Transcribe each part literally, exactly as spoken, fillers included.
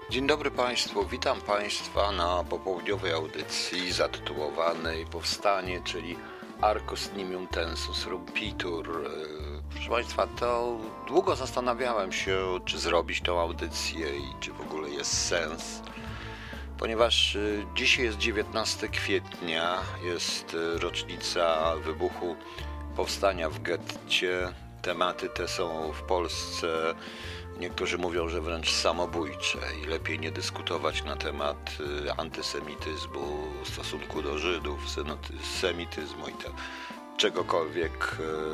Dzień dobry Państwu, witam Państwa na popołudniowej audycji zatytułowanej Powstanie, czyli Arcus Nimium Tensus Rumpitur. Proszę Państwa, to długo zastanawiałem się, czy zrobić tą audycję i czy w ogóle jest sens, ponieważ dzisiaj jest dziewiętnastego kwietnia, jest rocznica wybuchu powstania w getcie. Tematy te są w Polsce, niektórzy mówią, że wręcz samobójcze i lepiej nie dyskutować na temat antysemityzmu, stosunku do Żydów, semityzmu i te, czegokolwiek.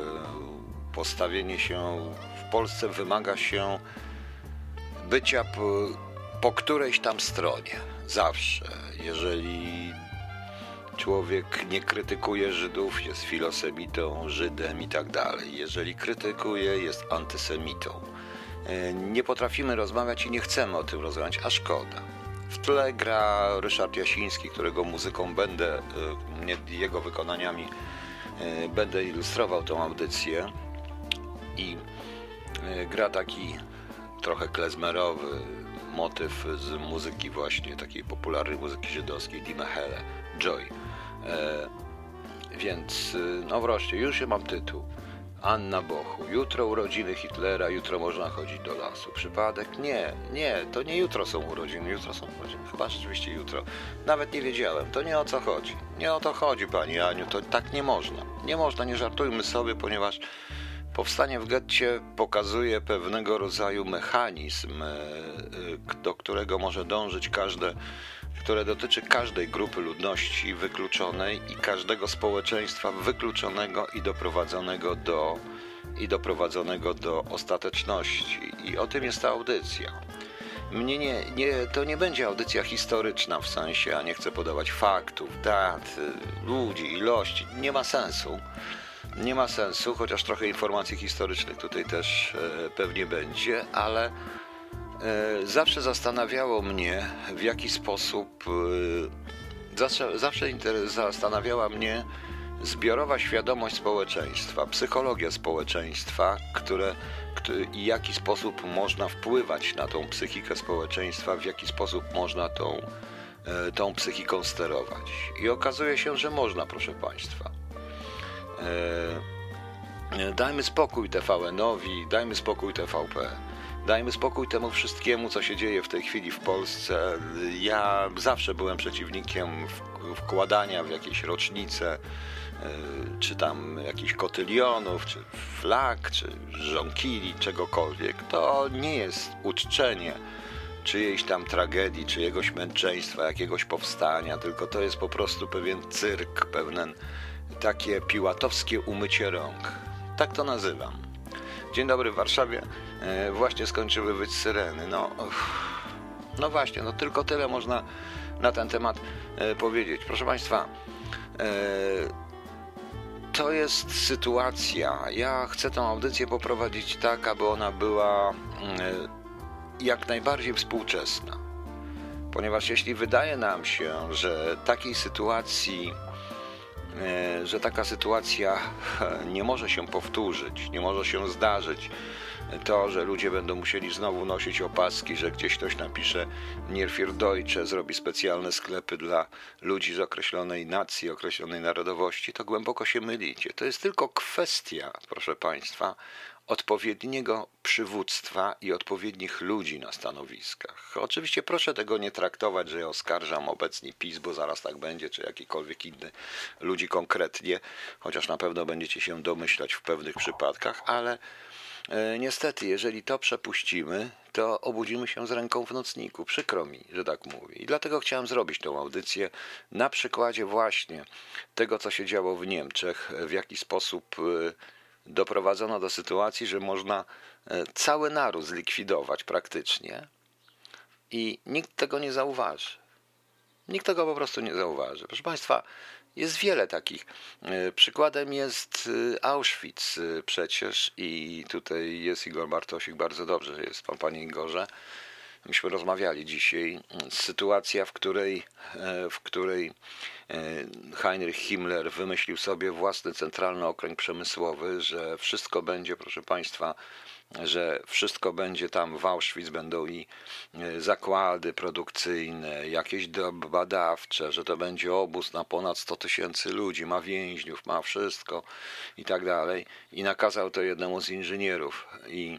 Postawienie się w Polsce wymaga się bycia po, po którejś tam stronie. Zawsze. Jeżeli człowiek nie krytykuje Żydów, jest filosemitą, Żydem i tak dalej. Jeżeli krytykuje, jest antysemitą. Nie potrafimy rozmawiać i nie chcemy o tym rozmawiać, a szkoda. W tle gra Ryszard Jasiński, którego muzyką będę, jego wykonaniami będę ilustrował tą audycję, i gra taki trochę klezmerowy motyw z muzyki właśnie, takiej popularnej muzyki żydowskiej, Dima Hele, Joy. E, więc, no wreszcie, już ja mam tytuł. Anna Bochu. Jutro urodziny Hitlera, jutro można chodzić do lasu. Przypadek? Nie, nie, to nie jutro są urodziny, jutro są urodziny. Chyba rzeczywiście jutro. Nawet nie wiedziałem, to nie o co chodzi. Nie o to chodzi, Pani Aniu, to tak nie można. Nie można, nie żartujmy sobie, ponieważ powstanie w getcie pokazuje pewnego rodzaju mechanizm, do którego może dążyć każde, które dotyczy każdej grupy ludności wykluczonej i każdego społeczeństwa wykluczonego i doprowadzonego do, i doprowadzonego do ostateczności. I o tym jest ta audycja. Mnie nie, nie, to nie będzie audycja historyczna w sensie, a nie chcę podawać faktów, dat, ludzi, ilości. Nie ma sensu. Nie ma sensu, chociaż trochę informacji historycznych tutaj też e, pewnie będzie, ale e, zawsze zastanawiało mnie, w jaki sposób, e, zawsze, zawsze inter- zastanawiała mnie zbiorowa świadomość społeczeństwa, psychologia społeczeństwa, które, które, i w jaki sposób można wpływać na tą psychikę społeczeństwa, w jaki sposób można tą, e, tą psychiką sterować. I okazuje się, że można, proszę Państwa. Dajmy spokój T V N-owi, dajmy spokój T V P, dajmy spokój temu wszystkiemu, co się dzieje w tej chwili w Polsce. Ja zawsze byłem przeciwnikiem wkładania w jakieś rocznice, czy tam jakichś kotylionów, czy flag, czy żonkili, czegokolwiek. To nie jest uczczenie czyjejś tam tragedii, czyjegoś męczeństwa, jakiegoś powstania, tylko to jest po prostu pewien cyrk, pewien takie piłatowskie umycie rąk. Tak to nazywam. Dzień dobry w Warszawie. E, właśnie skończyły wyć syreny. No, no właśnie, no tylko tyle można na ten temat e, powiedzieć. Proszę Państwa, e, to jest sytuacja. Ja chcę tę audycję poprowadzić tak, aby ona była e, jak najbardziej współczesna. Ponieważ jeśli wydaje nam się, że takiej sytuacji że taka sytuacja nie może się powtórzyć, nie może się zdarzyć. To, że ludzie będą musieli znowu nosić opaski, że gdzieś ktoś napisze Nie für Deutsche, zrobi specjalne sklepy dla ludzi z określonej nacji, określonej narodowości, to głęboko się mylicie. To jest tylko kwestia, proszę Państwa, odpowiedniego przywództwa i odpowiednich ludzi na stanowiskach. Oczywiście proszę tego nie traktować, że ja oskarżam obecnie PiS, bo zaraz tak będzie, czy jakikolwiek inny ludzi konkretnie, chociaż na pewno będziecie się domyślać w pewnych przypadkach, ale e, niestety, jeżeli to przepuścimy, to obudzimy się z ręką w nocniku. Przykro mi, że tak mówię. I dlatego chciałem zrobić tą audycję na przykładzie właśnie tego, co się działo w Niemczech, w jaki sposób e, doprowadzono do sytuacji, że można cały naród zlikwidować praktycznie i nikt tego nie zauważy. Nikt tego po prostu nie zauważy. Proszę Państwa, jest wiele takich. Przykładem jest Auschwitz przecież i tutaj jest Igor Bartosik, bardzo dobrze, że jest Pan, Panie Igorze. myśmy rozmawiali dzisiaj, sytuacja, w której, w której Heinrich Himmler wymyślił sobie własny centralny okręg przemysłowy, że wszystko będzie, proszę Państwa, że wszystko będzie tam w Auschwitz, będą i zakłady produkcyjne, jakieś badawcze, że to będzie obóz na ponad sto tysięcy ludzi, ma więźniów, ma wszystko i tak dalej. I nakazał to jednemu z inżynierów i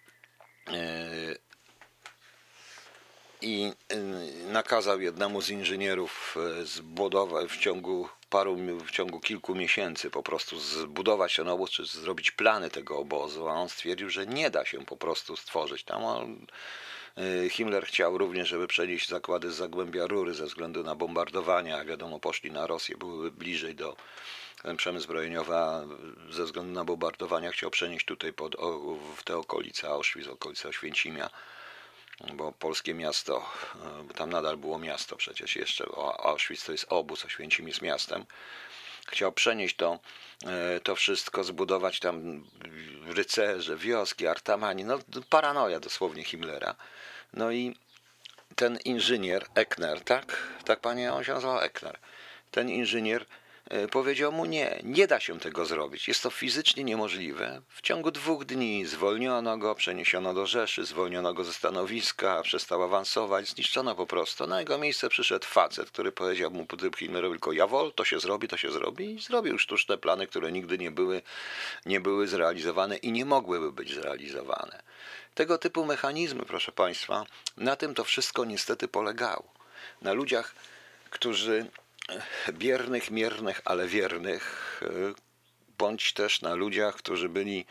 i nakazał jednemu z inżynierów zbudować w ciągu paru, w ciągu kilku miesięcy po prostu zbudować ten obóz, czy zrobić plany tego obozu, a on stwierdził, że nie da się po prostu stworzyć tam. On, Himmler chciał również, żeby przenieść zakłady z Zagłębia Rury ze względu na bombardowania, a wiadomo, poszli na Rosję, były bliżej do ten przemysł zbrojeniowy, a ze względu na bombardowania chciał przenieść tutaj pod, w te okolice Auschwitz, okolice Oświęcimia, bo polskie miasto, bo tam nadal było miasto przecież jeszcze, Auschwitz to jest obóz, Oświęcim jest miastem. Chciał przenieść to, to wszystko, zbudować tam rycerze, wioski, artamani, no paranoja dosłownie Himmlera. No i ten inżynier, Eckner, tak? Tak panie, on się nazywał Eckner. Ten inżynier powiedział mu nie, nie da się tego zrobić, jest to fizycznie niemożliwe. W ciągu dwóch dni zwolniono go, przeniesiono do Rzeszy, zwolniono go ze stanowiska, przestał awansować, zniszczono po prostu. Na jego miejsce przyszedł facet, który powiedział mu Himmlerowi tylko jawol, to się zrobi, to się zrobi i zrobił sztuczne plany, które nigdy nie były, nie były zrealizowane i nie mogłyby być zrealizowane. Tego typu mechanizmy, proszę Państwa, na tym to wszystko niestety polegało. Na ludziach, którzy biernych, miernych, ale wiernych, bądź też na ludziach, którzy byli,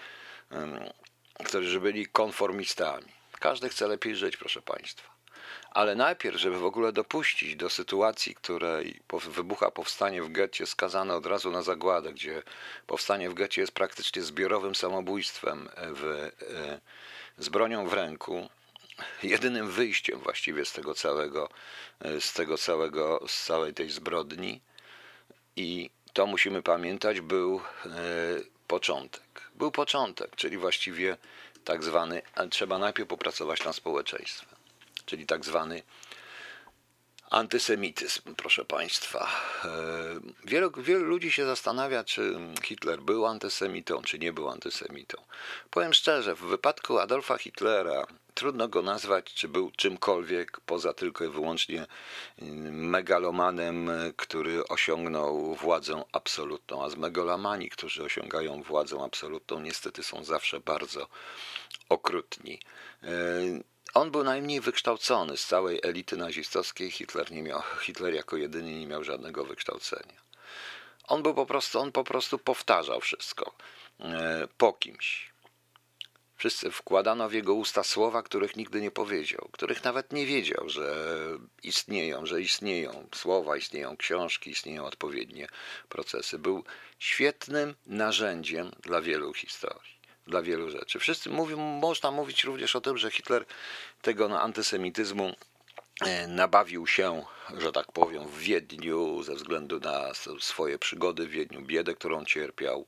którzy byli konformistami. Każdy chce lepiej żyć, proszę Państwa. Ale najpierw, żeby w ogóle dopuścić do sytuacji, której wybucha powstanie w getcie, skazane od razu na zagładę, gdzie powstanie w getcie jest praktycznie zbiorowym samobójstwem w, z bronią w ręku, jedynym wyjściem właściwie z tego całego, z tego całego, z całej tej zbrodni, i to musimy pamiętać, był początek. Był początek, czyli właściwie tak zwany, ale trzeba najpierw popracować nad społeczeństwem, czyli tak zwany antysemityzm, proszę Państwa. Wielu, wielu ludzi się zastanawia, czy Hitler był antysemitą, czy nie był antysemitą. Powiem szczerze, w wypadku Adolfa Hitlera trudno go nazwać, czy był czymkolwiek, poza tylko i wyłącznie megalomanem, który osiągnął władzę absolutną. A z megalomani, którzy osiągają władzę absolutną, niestety są zawsze bardzo okrutni. On był najmniej wykształcony z całej elity nazistowskiej. Hitler nie miał, Hitler jako jedyny nie miał żadnego wykształcenia. On był po prostu, on po prostu powtarzał wszystko po kimś. Wszyscy wkładano w jego usta słowa, których nigdy nie powiedział, których nawet nie wiedział, że istnieją, że istnieją słowa, istnieją książki, istnieją odpowiednie procesy. Był świetnym narzędziem dla wielu historii, dla wielu rzeczy. Wszyscy mówią, można mówić również o tym, że Hitler tego no, antysemityzmu nabawił się, że tak powiem, w Wiedniu ze względu na swoje przygody w Wiedniu, biedę, którą cierpiał,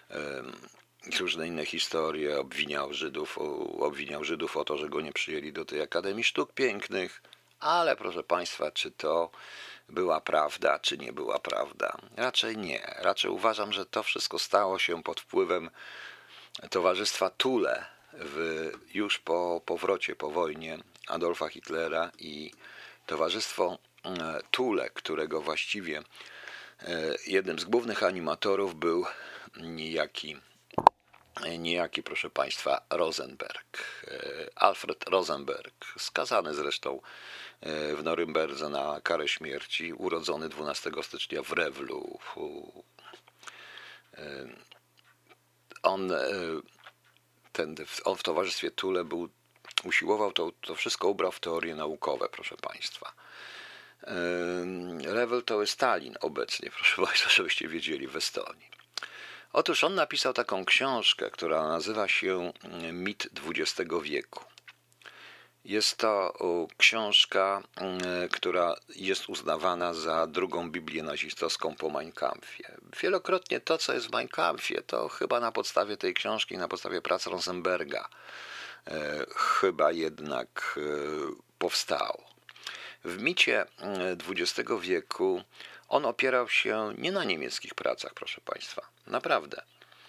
różne inne historie, obwiniał Żydów, obwiniał Żydów o to, że go nie przyjęli do tej Akademii Sztuk Pięknych, ale proszę Państwa, czy to była prawda, czy nie była prawda? Raczej nie. Raczej uważam, że to wszystko stało się pod wpływem Towarzystwa Thule w, już po powrocie po wojnie Adolfa Hitlera, i Towarzystwo Thule, którego właściwie jednym z głównych animatorów był niejaki Niejaki, proszę Państwa, Rosenberg, Alfred Rosenberg, skazany zresztą w Norymberdze na karę śmierci, urodzony dwunastego stycznia w Rewlu. On, ten, on w Towarzystwie Thule był, usiłował to, to wszystko ubrał w teorie naukowe, proszę Państwa. Rewel to jest Stalin obecnie, proszę Państwa, żebyście wiedzieli, w Estonii. Otóż on napisał taką książkę, która nazywa się Mit dwudziestego wieku. Jest to książka, która jest uznawana za drugą Biblię nazistowską po Mein Kampfie. Wielokrotnie to, co jest w Mein Kampfie, to chyba na podstawie tej książki, na podstawie prac Rosenberga chyba jednak powstało. W micie dwudziestego wieku on opierał się nie na niemieckich pracach, proszę Państwa, naprawdę.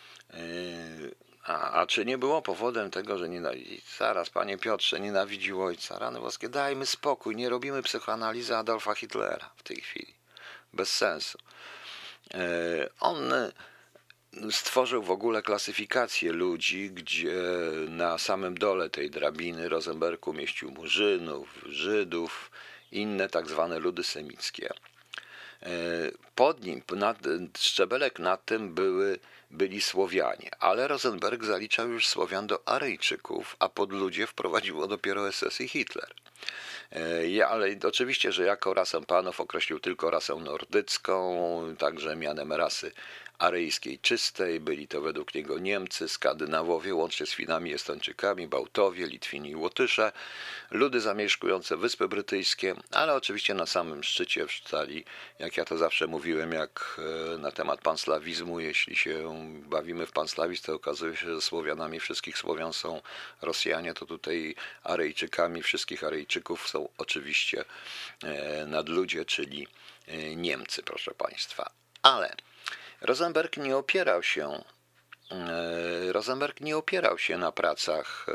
A, a czy nie było powodem tego, że nienawidzi? Zaraz, panie Piotrze, nienawidził ojca. Rany boskie, dajmy spokój, nie robimy psychoanalizy Adolfa Hitlera w tej chwili. Bez sensu. On stworzył w ogóle klasyfikację ludzi, gdzie na samym dole tej drabiny Rosenberg umieścił Murzynów, Żydów, inne tak zwane ludy semickie. Pod nim, nad, szczebelek nad tym były, byli Słowianie, ale Rosenberg zaliczał już Słowian do Aryjczyków, a pod ludzie wprowadziło dopiero S S i Hitler. Ale oczywiście, że jako rasę panów określił tylko rasę nordycką, także mianem rasy aryjskiej czystej. Byli to według niego Niemcy, Skandynawowie, łącznie z Finami, Estończykami, Bałtowie, Litwini i Łotysze, ludy zamieszkujące Wyspy Brytyjskie, ale oczywiście na samym szczycie wstali, jak ja to zawsze mówiłem, jak na temat panslawizmu, jeśli się bawimy w panslawizm, to okazuje się, że Słowianami wszystkich Słowian są Rosjanie, to tutaj Aryjczykami wszystkich Aryjczyków są oczywiście nadludzie, czyli Niemcy, proszę Państwa. Ale Rosenberg nie opierał się, Rosenberg nie opierał się na pracach.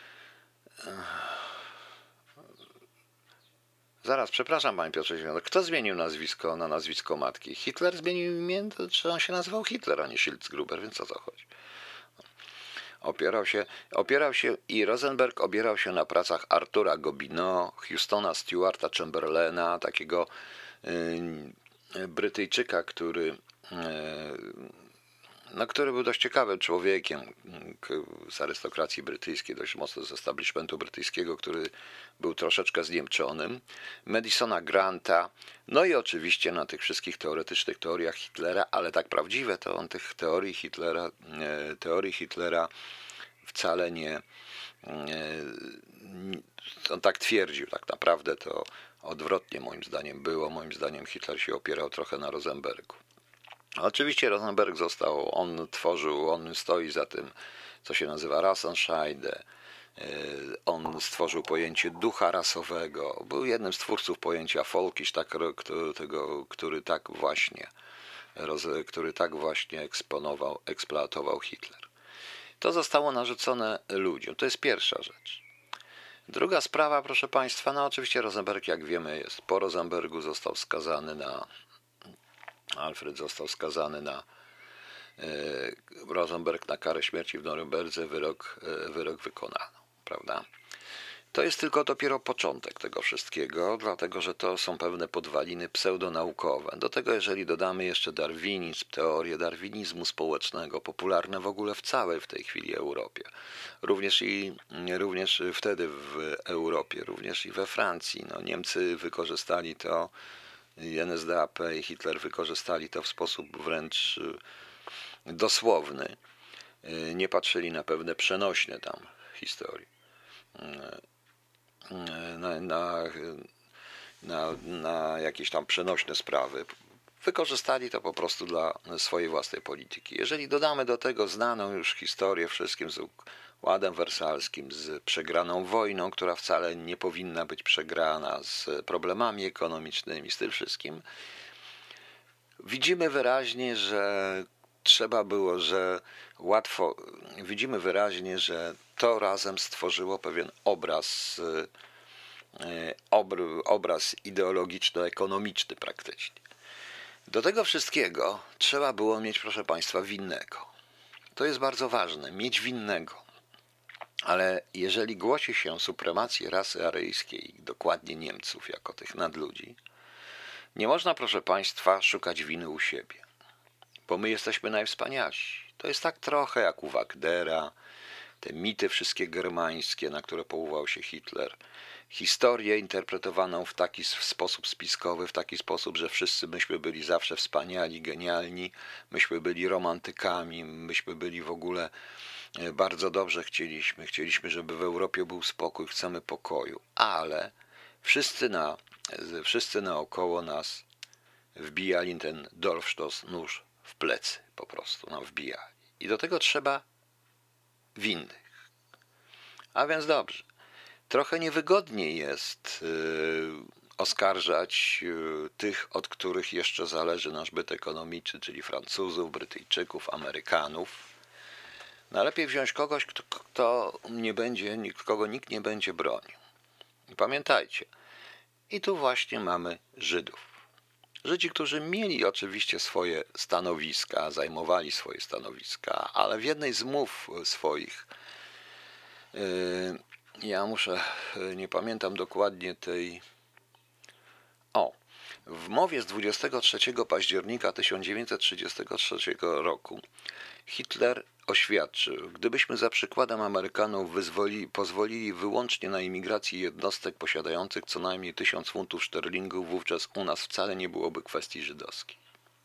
Zaraz, przepraszam, panie Piotrze, kto zmienił nazwisko na nazwisko matki? Hitler zmienił imię, to czy on się nazywał Hitler, a nie Schiltzgruber, więc o co chodzi? Opierał się, opierał się i Rosenberg opierał się na pracach Artura Gobineau, Houstona Stewarta Chamberlaina, takiego y, Brytyjczyka, który, y, no, który był dość ciekawym człowiekiem z arystokracji brytyjskiej, dość mocno z establishmentu brytyjskiego, który był troszeczkę zniemczonym, Madisona Granta, no i oczywiście na tych wszystkich teoretycznych teoriach Hitlera, ale tak prawdziwe to on tych teorii Hitlera, teorii Hitlera wcale nie, on tak twierdził, tak naprawdę to odwrotnie moim zdaniem było, moim zdaniem Hitler się opierał trochę na Rosenbergu. Oczywiście Rosenberg został, on tworzył, on stoi za tym, co się nazywa Rassenscheide. On stworzył pojęcie ducha rasowego, był jednym z twórców pojęcia Völkisch, tak, tego, który tak właśnie, który tak właśnie eksponował, eksploatował Hitler. To zostało narzucone ludziom, to jest pierwsza rzecz. Druga sprawa, proszę Państwa, no oczywiście Rosenberg, jak wiemy, jest po Rosenbergu został skazany na Alfred został skazany na Rosenberg na karę śmierci w Norymberdze, wyrok, wyrok wykonano, prawda? To jest tylko dopiero początek tego wszystkiego, dlatego że to są pewne podwaliny pseudonaukowe. Do tego, jeżeli dodamy jeszcze darwinizm, teorię darwinizmu społecznego, popularne w ogóle w całej w tej chwili Europie, również i również wtedy w Europie, również i we Francji. No, Niemcy wykorzystali to, N S D A P i Hitler wykorzystali to w sposób wręcz dosłowny. Nie patrzyli na pewne przenośne tam historie. Na, na, na, na jakieś tam przenośne sprawy. Wykorzystali to po prostu dla swojej własnej polityki. Jeżeli dodamy do tego znaną już historię wszystkim z Układem Wersalskim, z przegraną wojną, która wcale nie powinna być przegrana, z problemami ekonomicznymi, z tym wszystkim, widzimy wyraźnie, że trzeba było, że łatwo, widzimy wyraźnie, że to razem stworzyło pewien obraz, obraz ideologiczno-ekonomiczny praktycznie. Do tego wszystkiego trzeba było mieć, proszę Państwa, winnego. To jest bardzo ważne, mieć winnego. Ale jeżeli głosi się supremację rasy aryjskiej, dokładnie Niemców jako tych nadludzi, nie można, proszę Państwa, szukać winy u siebie. Bo my jesteśmy najwspanialsi. To jest tak trochę jak u Wagnera, te mity wszystkie germańskie, na które powołał się Hitler, historię interpretowaną w taki sposób spiskowy, w taki sposób, że wszyscy myśmy byli zawsze wspaniali, genialni, myśmy byli romantykami, myśmy byli w ogóle bardzo dobrze chcieliśmy, chcieliśmy, żeby w Europie był spokój, chcemy pokoju, ale wszyscy, na, wszyscy naokoło nas wbijali ten Dolchstoß, nóż w plecy, po prostu nam wbijali. I do tego trzeba winnych. A więc dobrze. Trochę niewygodniej jest yy, oskarżać yy, tych, od których jeszcze zależy nasz byt ekonomiczny, czyli Francuzów, Brytyjczyków, Amerykanów. No lepiej wziąć kogoś, kto, kto nie będzie, kogo nikt nie będzie bronił. I pamiętajcie, i tu właśnie mamy Żydów. Żydzi, którzy mieli oczywiście swoje stanowiska, zajmowali swoje stanowiska, ale w jednej z mów swoich, yy, ja muszę, nie pamiętam dokładnie tej, o, w mowie z dwudziestego trzeciego października tysiąc dziewięćset trzydziestego trzeciego roku Hitler oświadczył, gdybyśmy za przykładem Amerykanów wyzwoli, pozwolili wyłącznie na imigrację jednostek posiadających co najmniej tysiąc funtów szterlingów, wówczas u nas wcale nie byłoby kwestii żydowskiej.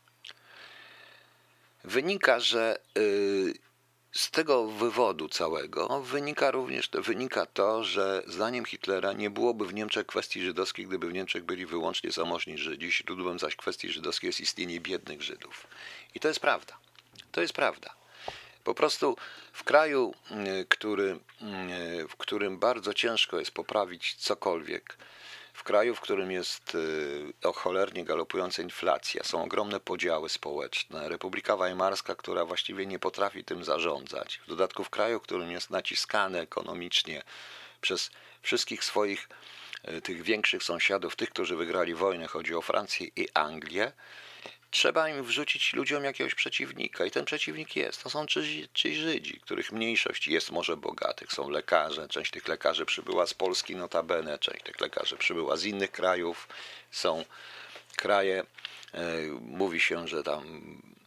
Wynika, że yy, z tego wywodu całego wynika również wynika to, że zdaniem Hitlera nie byłoby w Niemczech kwestii żydowskiej, gdyby w Niemczech byli wyłącznie zamożni Żydzi. Źródłem zaś kwestii żydowskiej jest istnienie biednych Żydów. I to jest prawda. To jest prawda. Po prostu w kraju, który, w którym bardzo ciężko jest poprawić cokolwiek, w kraju, w którym jest cholernie galopująca inflacja, są ogromne podziały społeczne, Republika Weimarska, która właściwie nie potrafi tym zarządzać, w dodatku w kraju, w którym jest naciskany ekonomicznie przez wszystkich swoich tych większych sąsiadów, tych, którzy wygrali wojnę, chodzi o Francję i Anglię, trzeba im wrzucić ludziom jakiegoś przeciwnika i ten przeciwnik jest. To są ci, ci Żydzi, których mniejszość jest może bogatych. Są lekarze, część tych lekarzy przybyła z Polski notabene, część tych lekarzy przybyła z innych krajów. Są kraje, e, mówi się, że tam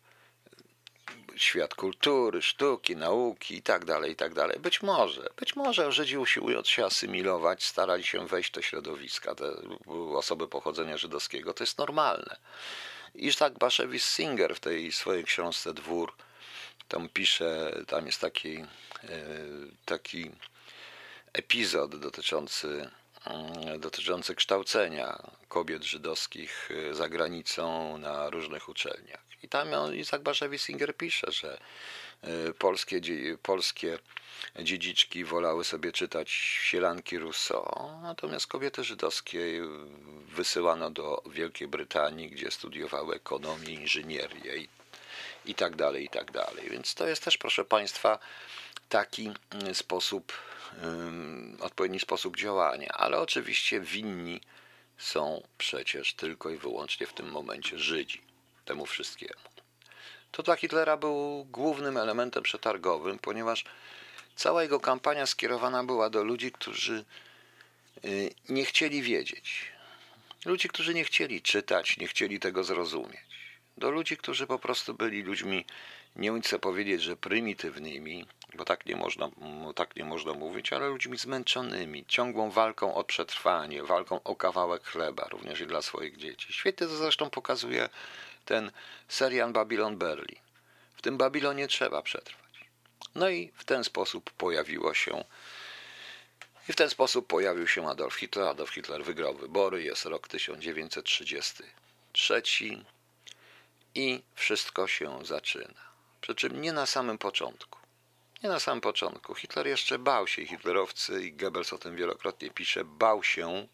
świat kultury, sztuki, nauki i tak dalej, i tak dalej. Być może, być może Żydzi usiłując się asymilować, starali się wejść w te środowiska, te osoby pochodzenia żydowskiego. To jest normalne. Iszak Baszewicz Singer w tej swojej książce Dwór tam pisze, tam jest taki, taki epizod dotyczący, dotyczący kształcenia kobiet żydowskich za granicą na różnych uczelniach. I tam Iszak Baszewicz Singer pisze, że polskie, polskie dziedziczki wolały sobie czytać sielanki Rousseau, natomiast kobiety żydowskie wysyłano do Wielkiej Brytanii, gdzie studiowały ekonomię, inżynierię i, i tak dalej, i tak dalej. Więc to jest też, proszę Państwa, taki sposób, um, odpowiedni sposób działania, ale oczywiście winni są przecież tylko i wyłącznie w tym momencie Żydzi, temu wszystkiemu. To dla Hitlera był głównym elementem przetargowym, ponieważ cała jego kampania skierowana była do ludzi, którzy nie chcieli wiedzieć. Ludzi, którzy nie chcieli czytać, nie chcieli tego zrozumieć. Do ludzi, którzy po prostu byli ludźmi, nie chcę powiedzieć, że prymitywnymi, bo tak nie można, tak nie można mówić, ale ludźmi zmęczonymi, ciągłą walką o przetrwanie, walką o kawałek chleba, również i dla swoich dzieci. Świetnie to zresztą pokazuje ten serial Babylon Berlin. W tym Babilonie trzeba przetrwać. No i w ten sposób pojawiło się i w ten sposób pojawił się Adolf Hitler. Adolf Hitler wygrał wybory, jest rok tysiąc dziewięćset trzydziesty trzeci i wszystko się zaczyna. Przy czym nie na samym początku. Nie na samym początku. Hitler jeszcze bał się, hitlerowcy i Goebbels o tym wielokrotnie pisze, bał się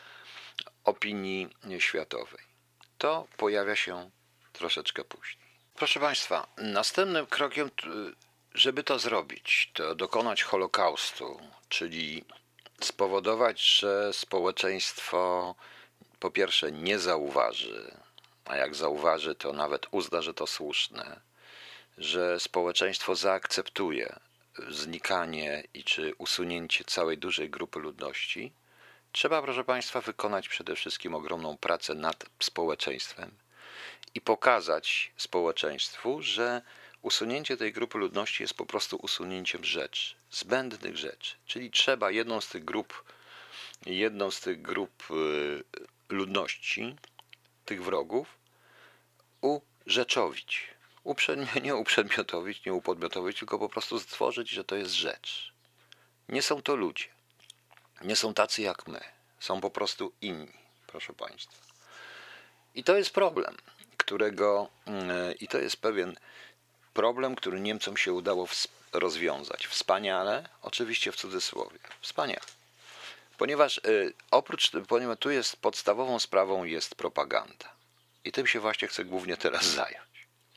opinii światowej. To pojawia się troszeczkę później. Proszę Państwa, następnym krokiem, żeby to zrobić, to dokonać Holokaustu, czyli spowodować, że społeczeństwo po pierwsze nie zauważy, a jak zauważy, to nawet uzna, że to słuszne, że społeczeństwo zaakceptuje znikanie i czy usunięcie całej dużej grupy ludności, trzeba, proszę Państwa, wykonać przede wszystkim ogromną pracę nad społeczeństwem i pokazać społeczeństwu, że usunięcie tej grupy ludności jest po prostu usunięciem rzeczy, zbędnych rzeczy. Czyli trzeba jedną z tych grup, jedną z tych grup ludności, tych wrogów, urzeczowić. Uprzedmio, nie uprzedmiotowić, nie upodmiotowić, tylko po prostu stworzyć, że to jest rzecz. Nie są to ludzie. Nie są tacy jak my. Są po prostu inni, proszę Państwa. I to jest problem, którego, i to jest pewien problem, który Niemcom się udało rozwiązać. Wspaniale, oczywiście w cudzysłowie. Wspaniale. Ponieważ y, oprócz, ponieważ tu jest podstawową sprawą jest propaganda. I tym się właśnie chcę głównie teraz zająć.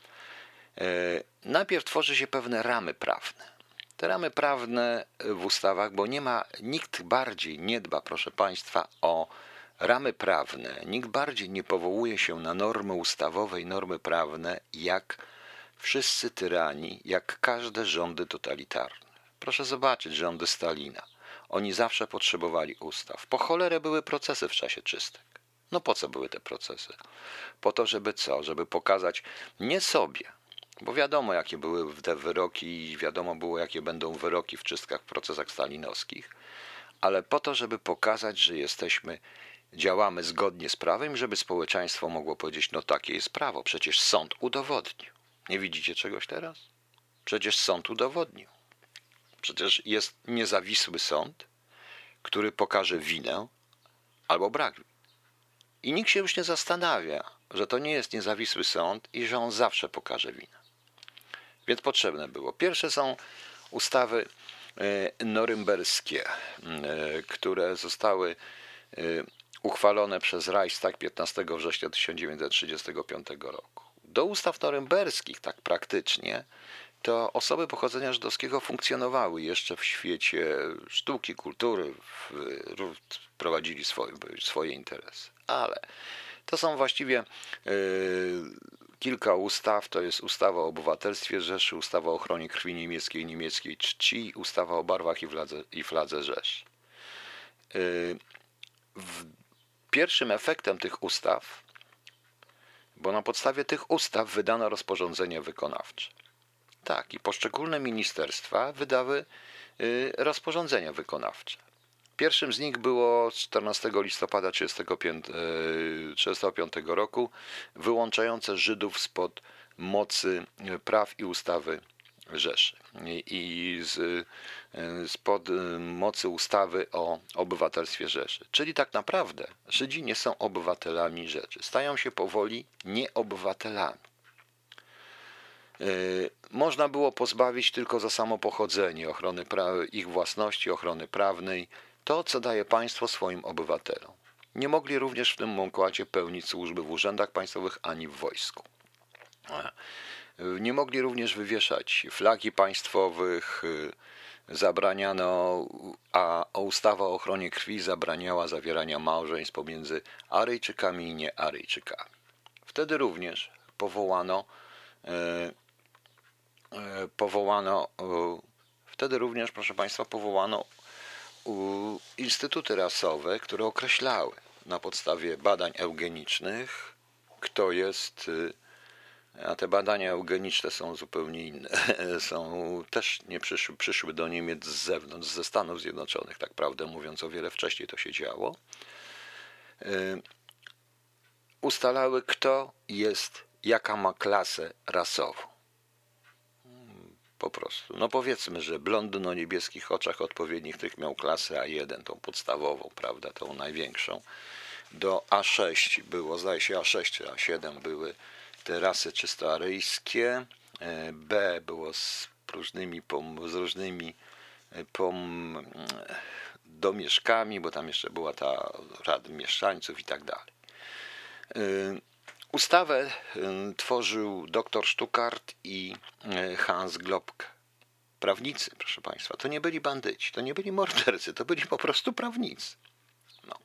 Y, najpierw tworzy się pewne ramy prawne. Te ramy prawne w ustawach, bo nie ma, nikt bardziej nie dba, proszę Państwa, o ramy prawne, nikt bardziej nie powołuje się na normy ustawowe i normy prawne, jak wszyscy tyrani, jak każde rządy totalitarne. Proszę zobaczyć rządy Stalina. Oni zawsze potrzebowali ustaw. Po cholerę były procesy w czasie czystek. No po co były te procesy? Po to, żeby co? Żeby pokazać nie sobie, bo wiadomo, jakie były te wyroki i wiadomo było, jakie będą wyroki w czystkach, w procesach stalinowskich, ale po to, żeby pokazać, że jesteśmy, działamy zgodnie z prawem, żeby społeczeństwo mogło powiedzieć, no takie jest prawo, przecież sąd udowodnił. Nie widzicie czegoś teraz? Przecież sąd udowodnił. Przecież jest niezawisły sąd, który pokaże winę albo brak. I nikt się już nie zastanawia, że to nie jest niezawisły sąd i że on zawsze pokaże winę. Więc potrzebne było. Pierwsze są ustawy norymberskie, które zostały uchwalone przez Reichstag piętnastego września tysiąc dziewięćset trzydziestego piątego roku. Do ustaw norymberskich, tak praktycznie, to osoby pochodzenia żydowskiego funkcjonowały jeszcze w świecie sztuki, kultury, prowadzili swoje, swoje interesy. Ale to są właściwie yy, kilka ustaw, to jest ustawa o obywatelstwie Rzeszy, ustawa o ochronie krwi niemieckiej i niemieckiej czci, ustawa o barwach i fladze, i fladze Rzeszy. Yy, w pierwszym efektem tych ustaw, bo na podstawie tych ustaw wydano rozporządzenie wykonawcze. Tak, i poszczególne ministerstwa wydały y, rozporządzenia wykonawcze. Pierwszym z nich było czternastego listopada tysiąc dziewięćset trzydziestego piątego roku wyłączające Żydów spod mocy praw i ustawy Rzeszy i, i z, y, spod mocy ustawy o obywatelstwie Rzeszy. Czyli tak naprawdę Żydzi nie są obywatelami Rzeszy. Stają się powoli nieobywatelami. Można było pozbawić tylko za samo pochodzenie, ochrony pra- ich własności, ochrony prawnej, to co daje państwo swoim obywatelom. Nie mogli również w tym układzie pełnić służby w urzędach państwowych ani w wojsku. Nie mogli również wywieszać flagi państwowych, zabraniano, a ustawa o ochronie krwi zabraniała zawierania małżeństw pomiędzy Aryjczykami i nie-Aryjczykami. Wtedy również powołano Powołano, wtedy również, proszę Państwa, powołano instytuty rasowe, które określały na podstawie badań eugenicznych, kto jest, a te badania eugeniczne są zupełnie inne, są też nie przyszły, przyszły do Niemiec z zewnątrz, ze Stanów Zjednoczonych, tak prawdę mówiąc, o wiele wcześniej to się działo, ustalały, kto jest, jaka ma klasę rasową. Po prostu. No powiedzmy, że blondyn o niebieskich oczach odpowiednich tych miał klasę A jeden, tą podstawową, prawda, tą największą. Do A sześć było, zdaje się A sześć czy A siedem były te rasy czysto aryjskie. B było z różnymi, z różnymi pom, domieszkami, bo tam jeszcze była ta rada mieszczańców i tak dalej. Ustawę tworzył dr Stuckart i Hans Globke. Prawnicy, proszę Państwa, to nie byli bandyci, to nie byli mordercy, to byli po prostu prawnicy. No.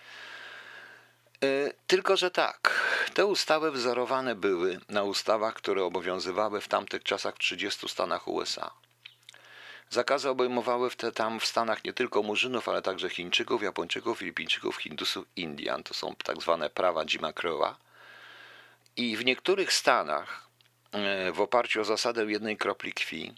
Tylko że tak, te ustawy wzorowane były na ustawach, które obowiązywały w tamtych czasach w trzydziestu stanach U S A. Zakazy obejmowały w te, tam w Stanach nie tylko Murzynów, ale także Chińczyków, Japończyków, Filipińczyków, Hindusów, Indian. To są tak zwane prawa Jima Crowa. I w niektórych stanach w oparciu o zasadę jednej kropli krwi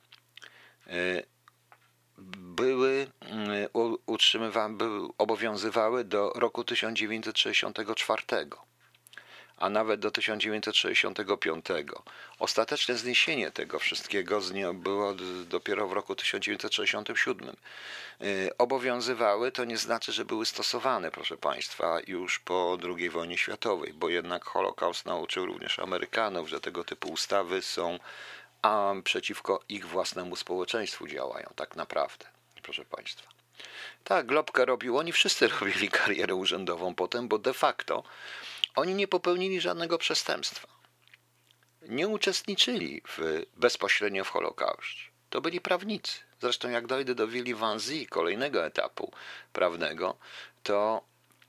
były utrzymywane, były, obowiązywały do roku tysiąc dziewięćset sześćdziesiątego czwartego, a nawet do tysiąc dziewięćset sześćdziesiątego piątego. Ostateczne zniesienie tego wszystkiego było dopiero w roku tysiąc dziewięćset sześćdziesiątym siódmym. Obowiązywały, to nie znaczy, że były stosowane, proszę Państwa, już po drugiej wojnie światowej, bo jednak Holokaust nauczył również Amerykanów, że tego typu ustawy są a przeciwko ich własnemu społeczeństwu działają tak naprawdę, proszę Państwa. Tak, Globkę robił, oni wszyscy robili karierę urzędową potem, bo de facto oni nie popełnili żadnego przestępstwa. Nie uczestniczyli w, bezpośrednio w Holokauście. To byli prawnicy. Zresztą jak dojdę do Willy Van Zie, kolejnego etapu prawnego, to,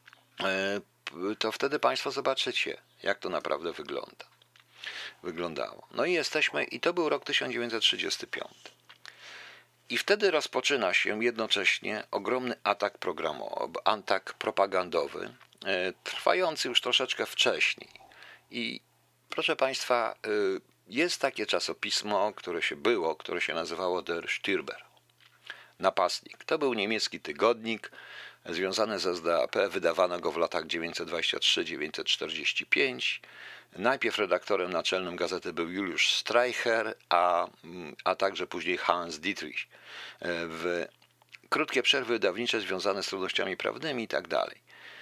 to wtedy Państwo zobaczycie, jak to naprawdę wygląda. wyglądało. No i jesteśmy, i to był rok tysiąc dziewięćset trzydziesty piąty. I wtedy rozpoczyna się jednocześnie ogromny atak programowy, atak propagandowy, trwający już troszeczkę wcześniej. I proszę Państwa, jest takie czasopismo, które się było, które się nazywało Der Stürmer. Napastnik. To był niemiecki tygodnik związany z S D A P, wydawano go w latach dziewięćset dwadzieścia trzy do dziewięćset czterdzieści pięć. Najpierw redaktorem naczelnym gazety był Juliusz Streicher, a, a także później Hans Dietrich. W krótkie przerwy wydawnicze związane z trudnościami prawnymi i tak dalej.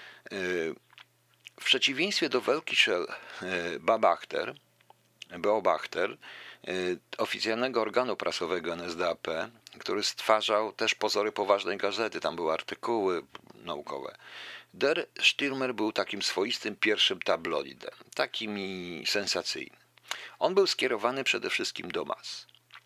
W przeciwieństwie do Welkischer Beobachter, Beobachter, oficjalnego organu prasowego N S D A P, który stwarzał też pozory poważnej gazety, tam były artykuły naukowe. Der Stürmer był takim swoistym pierwszym tabloidem, takim i sensacyjnym. On był skierowany przede wszystkim do mas.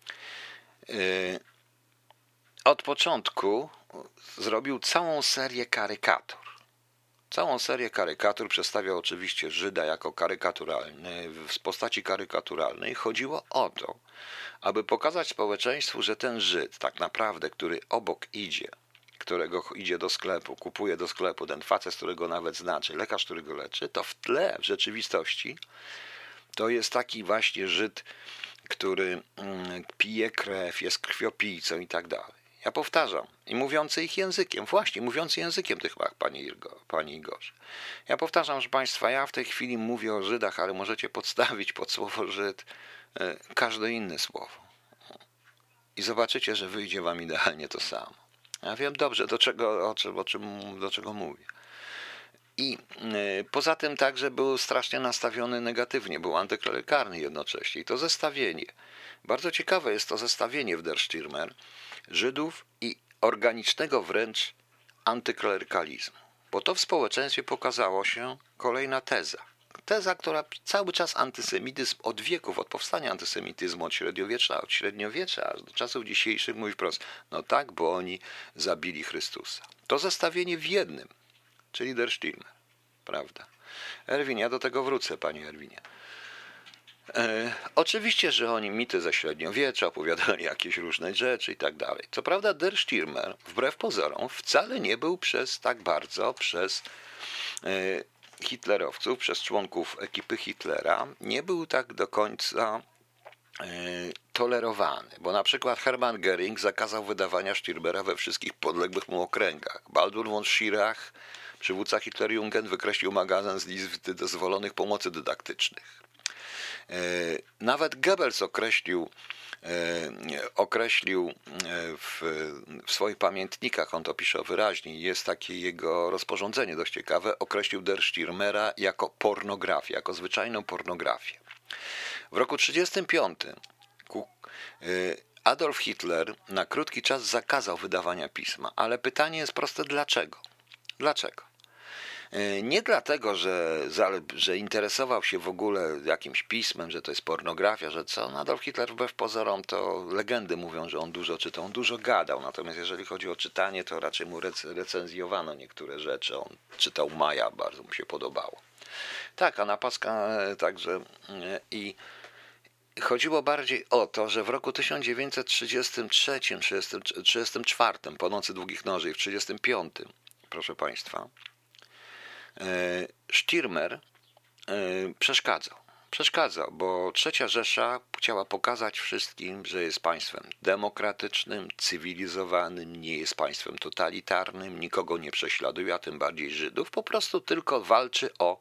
Od początku zrobił całą serię karykatur. Całą serię karykatur przedstawiał oczywiście Żyda jako karykaturalny, w postaci karykaturalnej. Chodziło o to, aby pokazać społeczeństwu, że ten Żyd tak naprawdę, który obok idzie, którego idzie do sklepu, kupuje do sklepu, ten facet, którego nawet znaczy, lekarz, który go leczy, to w tle w rzeczywistości to jest taki właśnie Żyd, który pije krew, jest krwiopijcą i tak dalej. Ja powtarzam, i mówiący ich językiem, właśnie mówiący językiem tych mach, panie, Irgo, panie Igorze. Ja powtarzam, że Państwa, ja w tej chwili mówię o Żydach, ale możecie podstawić pod słowo Żyd każde inne słowo. I zobaczycie, że wyjdzie wam idealnie to samo. Ja wiem dobrze, do czego, o czym, o czym, do czego mówię. I y, poza tym także był strasznie nastawiony negatywnie, był antyklerykalny jednocześnie. I to zestawienie, bardzo ciekawe jest to zestawienie w Der Stürmer Żydów i organicznego wręcz antyklerykalizmu. Bo to w społeczeństwie pokazało się kolejna teza. Teza, która cały czas antysemityzm od wieków, od powstania antysemityzmu, od średniowiecza, od średniowiecza aż do czasów dzisiejszych mówi wprost, no tak, bo oni zabili Chrystusa. To zestawienie w jednym, czyli Der Stürmer, prawda? Erwin, ja do tego wrócę, panie Erwinie. E, oczywiście, że oni mity ze średniowiecza, opowiadali jakieś różne rzeczy i tak dalej. Co prawda Der Stürmer, wbrew pozorom, wcale nie był przez tak bardzo, przez e, hitlerowców, przez członków ekipy Hitlera, nie był tak do końca e, tolerowany, bo na przykład Hermann Göring zakazał wydawania Stürmera we wszystkich podległych mu okręgach. Baldur von Schirach, przywódca Hitlerjugend, wykreślił magazyn z list dozwolonych pomocy dydaktycznych. Nawet Goebbels określił, określił w, w swoich pamiętnikach, on to pisze wyraźnie, jest takie jego rozporządzenie dość ciekawe, określił Der Stürmera jako pornografię, jako zwyczajną pornografię. W roku tysiąc dziewięćset trzydziestym piątym Adolf Hitler na krótki czas zakazał wydawania pisma, ale pytanie jest proste, dlaczego? Dlaczego? Nie dlatego, że, że interesował się w ogóle jakimś pismem, że to jest pornografia, że co, Adolf Hitler wbrew pozorom to legendy mówią, że on dużo czytał, on dużo gadał, natomiast jeżeli chodzi o czytanie, to raczej mu recenzjowano niektóre rzeczy, on czytał Maja, bardzo mu się podobało. Tak, a napaska także i chodziło bardziej o to, że w roku tysiąc dziewięćset trzydziestym trzecim, trzydziestym czwartym, po nocy długich noży i w trzydziestym piątym, proszę Państwa, Stürmer przeszkadzał. Przeszkadzał, bo Trzecia Rzesza chciała pokazać wszystkim, że jest państwem demokratycznym, cywilizowanym, nie jest państwem totalitarnym, nikogo nie prześladuje, a tym bardziej Żydów. Po prostu tylko walczy o,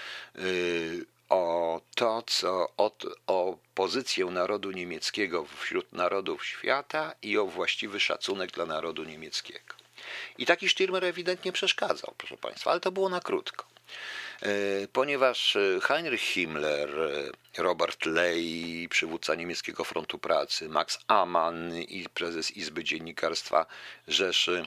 o to, co o, o pozycję narodu niemieckiego wśród narodów świata i o właściwy szacunek dla narodu niemieckiego. I taki Stürmer ewidentnie przeszkadzał, proszę Państwa, ale to było na krótko. Ponieważ Heinrich Himmler, Robert Ley, przywódca niemieckiego frontu pracy, Max Amann i prezes Izby Dziennikarstwa Rzeszy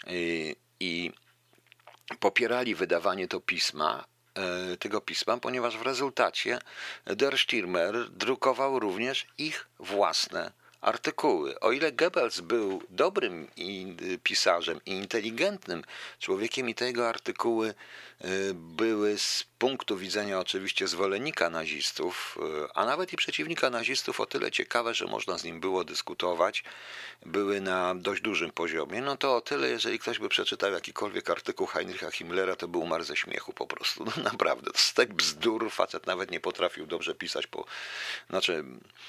i popierali wydawanie to pisma, tego pisma, ponieważ w rezultacie Der Stürmer drukował również ich własne artykuły. O ile Goebbels był dobrym pisarzem i inteligentnym człowiekiem i te jego artykuły były z punktu widzenia oczywiście zwolennika nazistów, a nawet i przeciwnika nazistów o tyle ciekawe, że można z nim było dyskutować, były na dość dużym poziomie, no to o tyle, jeżeli ktoś by przeczytał jakikolwiek artykuł Heinricha Himmlera, to by umarł ze śmiechu po prostu. No naprawdę, to stek bzdur, facet nawet nie potrafił dobrze pisać, po, znaczy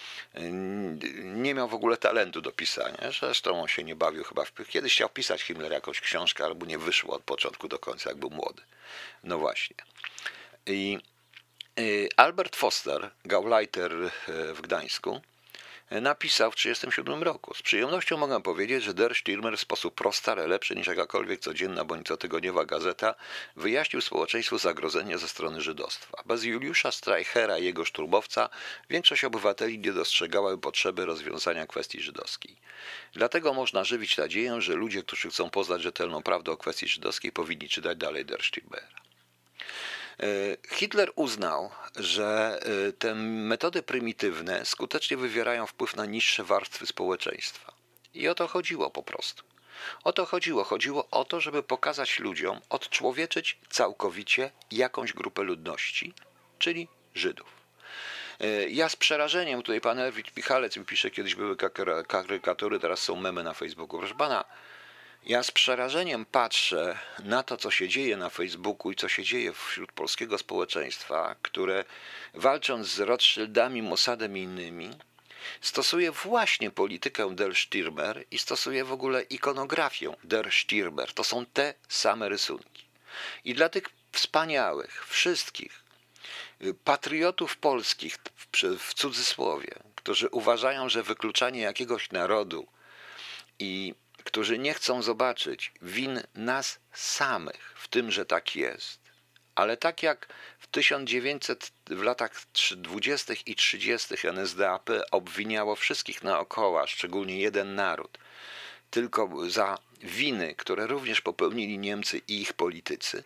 nie miał w ogóle talentu do pisania, zresztą on się nie bawił chyba, w, kiedyś chciał pisać Himmler jakąś książkę, albo nie wyszło od początku do końca, jak był młody. No właśnie. I Albert Foster, Gauleiter w Gdańsku, napisał w tysiąc dziewięćset trzydziestym siódmym roku: z przyjemnością mogę powiedzieć, że Der Stürmer w sposób prosty, ale lepszy niż jakakolwiek codzienna bądź cotygodniowa gazeta wyjaśnił społeczeństwu zagrożenie ze strony żydostwa. Bez Juliusza Streichera i jego szturmowca większość obywateli nie dostrzegałaby potrzeby rozwiązania kwestii żydowskiej. Dlatego można żywić nadzieję, że ludzie, którzy chcą poznać rzetelną prawdę o kwestii żydowskiej, powinni czytać dalej Der Stürmera. Hitler uznał, że te metody prymitywne skutecznie wywierają wpływ na niższe warstwy społeczeństwa. I o to chodziło po prostu. O to chodziło. Chodziło o to, żeby pokazać ludziom, odczłowieczyć całkowicie jakąś grupę ludności, czyli Żydów. Ja z przerażeniem, tutaj pan Erwin Michalec mi pisze, kiedyś były karykatury, teraz są memy na Facebooku. Proszę pana, ja z przerażeniem patrzę na to, co się dzieje na Facebooku i co się dzieje wśród polskiego społeczeństwa, które walcząc z Rothschildami, Mossadem i innymi, stosuje właśnie politykę Der Stürmer i stosuje w ogóle ikonografię Der Stürmer. To są te same rysunki. I dla tych wspaniałych, wszystkich patriotów polskich, w cudzysłowie, którzy uważają, że wykluczanie jakiegoś narodu i którzy nie chcą zobaczyć win nas samych w tym, że tak jest, ale tak jak w tysiąc dziewięćset, w latach dwudziestych i trzydziestych N S D A P obwiniało wszystkich naokoła, szczególnie jeden naród, tylko za winy, które również popełnili Niemcy i ich politycy,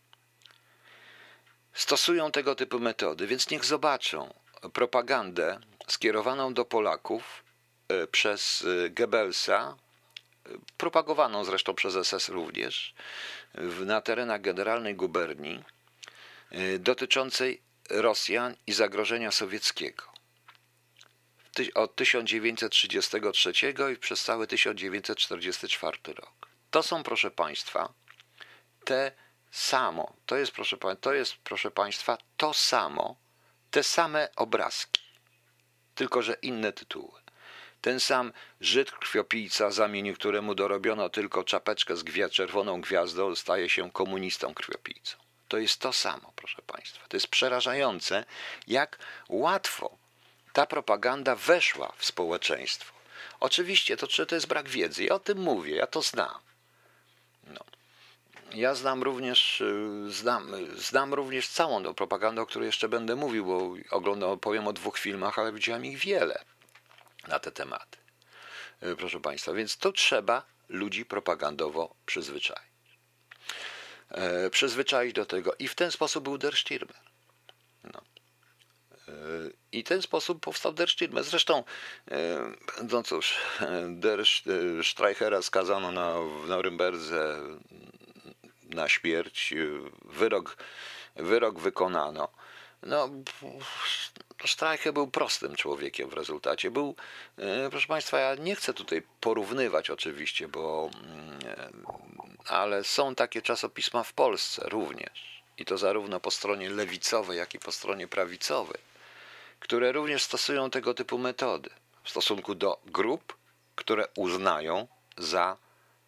stosują tego typu metody, więc niech zobaczą propagandę skierowaną do Polaków przez Goebbelsa, propagowaną zresztą przez S S również, na terenach generalnej guberni, dotyczącej Rosjan i zagrożenia sowieckiego. Od tysiąc dziewięćset trzydziestego trzeciego i przez cały tysiąc dziewięćset czterdziesty czwarty rok. To są, proszę Państwa, te samo, to jest, proszę, to jest, proszę Państwa, to samo, te same obrazki, tylko że inne tytuły. Ten sam Żyd krwiopijca, zamieniu któremu dorobiono tylko czapeczkę z gwia- czerwoną gwiazdą, staje się komunistą krwiopijcą. To jest to samo, proszę Państwa. To jest przerażające, jak łatwo ta propaganda weszła w społeczeństwo. Oczywiście to, to jest brak wiedzy. Ja o tym mówię, ja to znam. No. Ja znam również, znam, znam również całą tą propagandę, o której jeszcze będę mówił, bo oglądam, powiem o dwóch filmach, ale widziałem ich wiele na te tematy. Proszę Państwa, więc to trzeba ludzi propagandowo przyzwyczaić. E, przyzwyczaić do tego. I w ten sposób był Der Stürmer. No. E, I w ten sposób powstał Der Stürmer. Zresztą, e, no cóż, Der Streichera skazano na, w Norymberdze na śmierć. Wyrok, wyrok wykonano. No, Streicher był prostym człowiekiem w rezultacie. Był, proszę Państwa, ja nie chcę tutaj porównywać oczywiście, bo, ale są takie czasopisma w Polsce również, i to zarówno po stronie lewicowej, jak i po stronie prawicowej, które również stosują tego typu metody w stosunku do grup, które uznają za,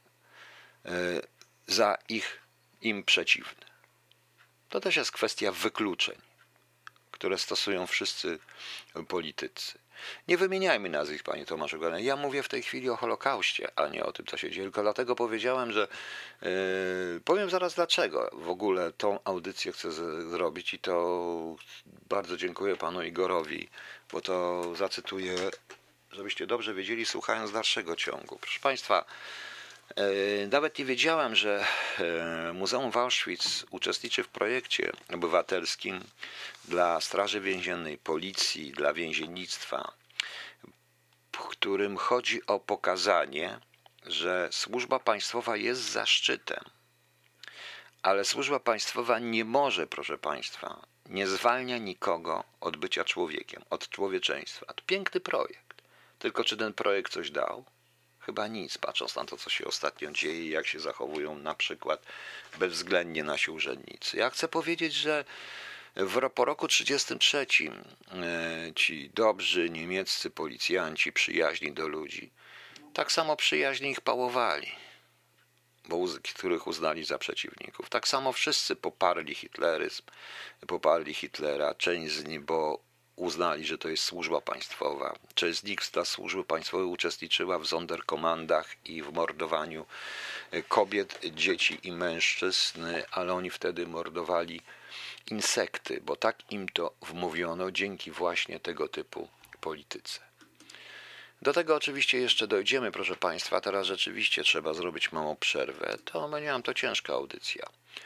za ich im przeciwne. To też jest kwestia wykluczeń, które stosują wszyscy politycy. Nie wymieniajmy nazwisk, panie Tomaszu. Ja mówię w tej chwili o Holokauście, a nie o tym, co się dzieje. Tylko dlatego powiedziałem, że yy, powiem zaraz dlaczego w ogóle tą audycję chcę z- zrobić i to bardzo dziękuję panu Igorowi, bo to zacytuję, żebyście dobrze wiedzieli, słuchając dalszego ciągu. Proszę państwa, yy, nawet nie wiedziałem, że yy, Muzeum w Auschwitz uczestniczy w projekcie obywatelskim dla Straży Więziennej, Policji, dla więziennictwa, w którym chodzi o pokazanie, że służba państwowa jest zaszczytem, ale służba państwowa nie może, proszę państwa, nie zwalnia nikogo od bycia człowiekiem, od człowieczeństwa. To piękny projekt. Tylko czy ten projekt coś dał? Chyba nic, patrząc na to, co się ostatnio dzieje i jak się zachowują na przykład bezwzględnie nasi urzędnicy. Ja chcę powiedzieć, że w, po roku trzydziestym trzecim e, ci dobrzy niemieccy policjanci, przyjaźni do ludzi, tak samo przyjaźnie ich pałowali, bo uz, których uznali za przeciwników. Tak samo wszyscy poparli hitleryzm, poparli Hitlera, część z nich, bo uznali, że to jest służba państwowa. Część z nich z tej służby państwowej uczestniczyła w Sonderkommandach i w mordowaniu kobiet, dzieci i mężczyzn, ale oni wtedy mordowali insekty, bo tak im to wmówiono dzięki właśnie tego typu polityce. Do tego oczywiście jeszcze dojdziemy, proszę państwa. Teraz rzeczywiście trzeba zrobić małą przerwę. To miałam to ciężka audycja.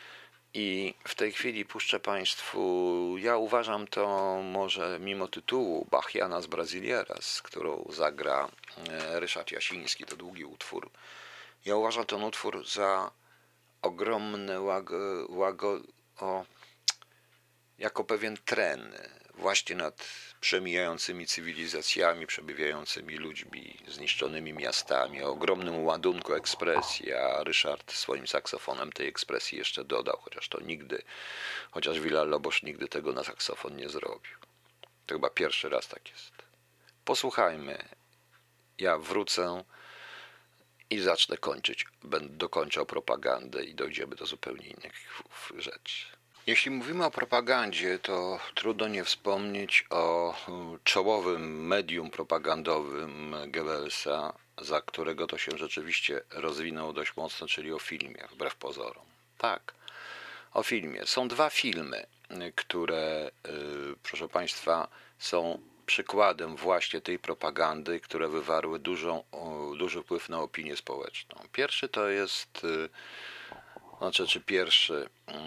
I w tej chwili puszczę państwu, ja uważam to może mimo tytułu Bachianas Brasileiras, którą zagra Ryszard Jasiński, to długi utwór. Ja uważam ten utwór za ogromny łago, łago, o, jako pewien tren właśnie nad przemijającymi cywilizacjami, przebywającymi ludźmi, zniszczonymi miastami, o ogromnym ładunku ekspresji, a Ryszard swoim saksofonem tej ekspresji jeszcze dodał, chociaż to nigdy, chociaż Villa-Lobos nigdy tego na saksofon nie zrobił. To chyba pierwszy raz tak jest. Posłuchajmy, ja wrócę i zacznę kończyć, będę dokończał propagandę i dojdziemy do zupełnie innych rzeczy. Jeśli mówimy o propagandzie, to trudno nie wspomnieć o czołowym medium propagandowym Goebbelsa, za którego to się rzeczywiście rozwinął dość mocno, czyli o filmie, wbrew pozorom. Tak, o filmie. Są dwa filmy, które, proszę państwa, są przykładem właśnie tej propagandy, które wywarły dużą, duży wpływ na opinię społeczną. Pierwszy to jest, znaczy, czy pierwszy...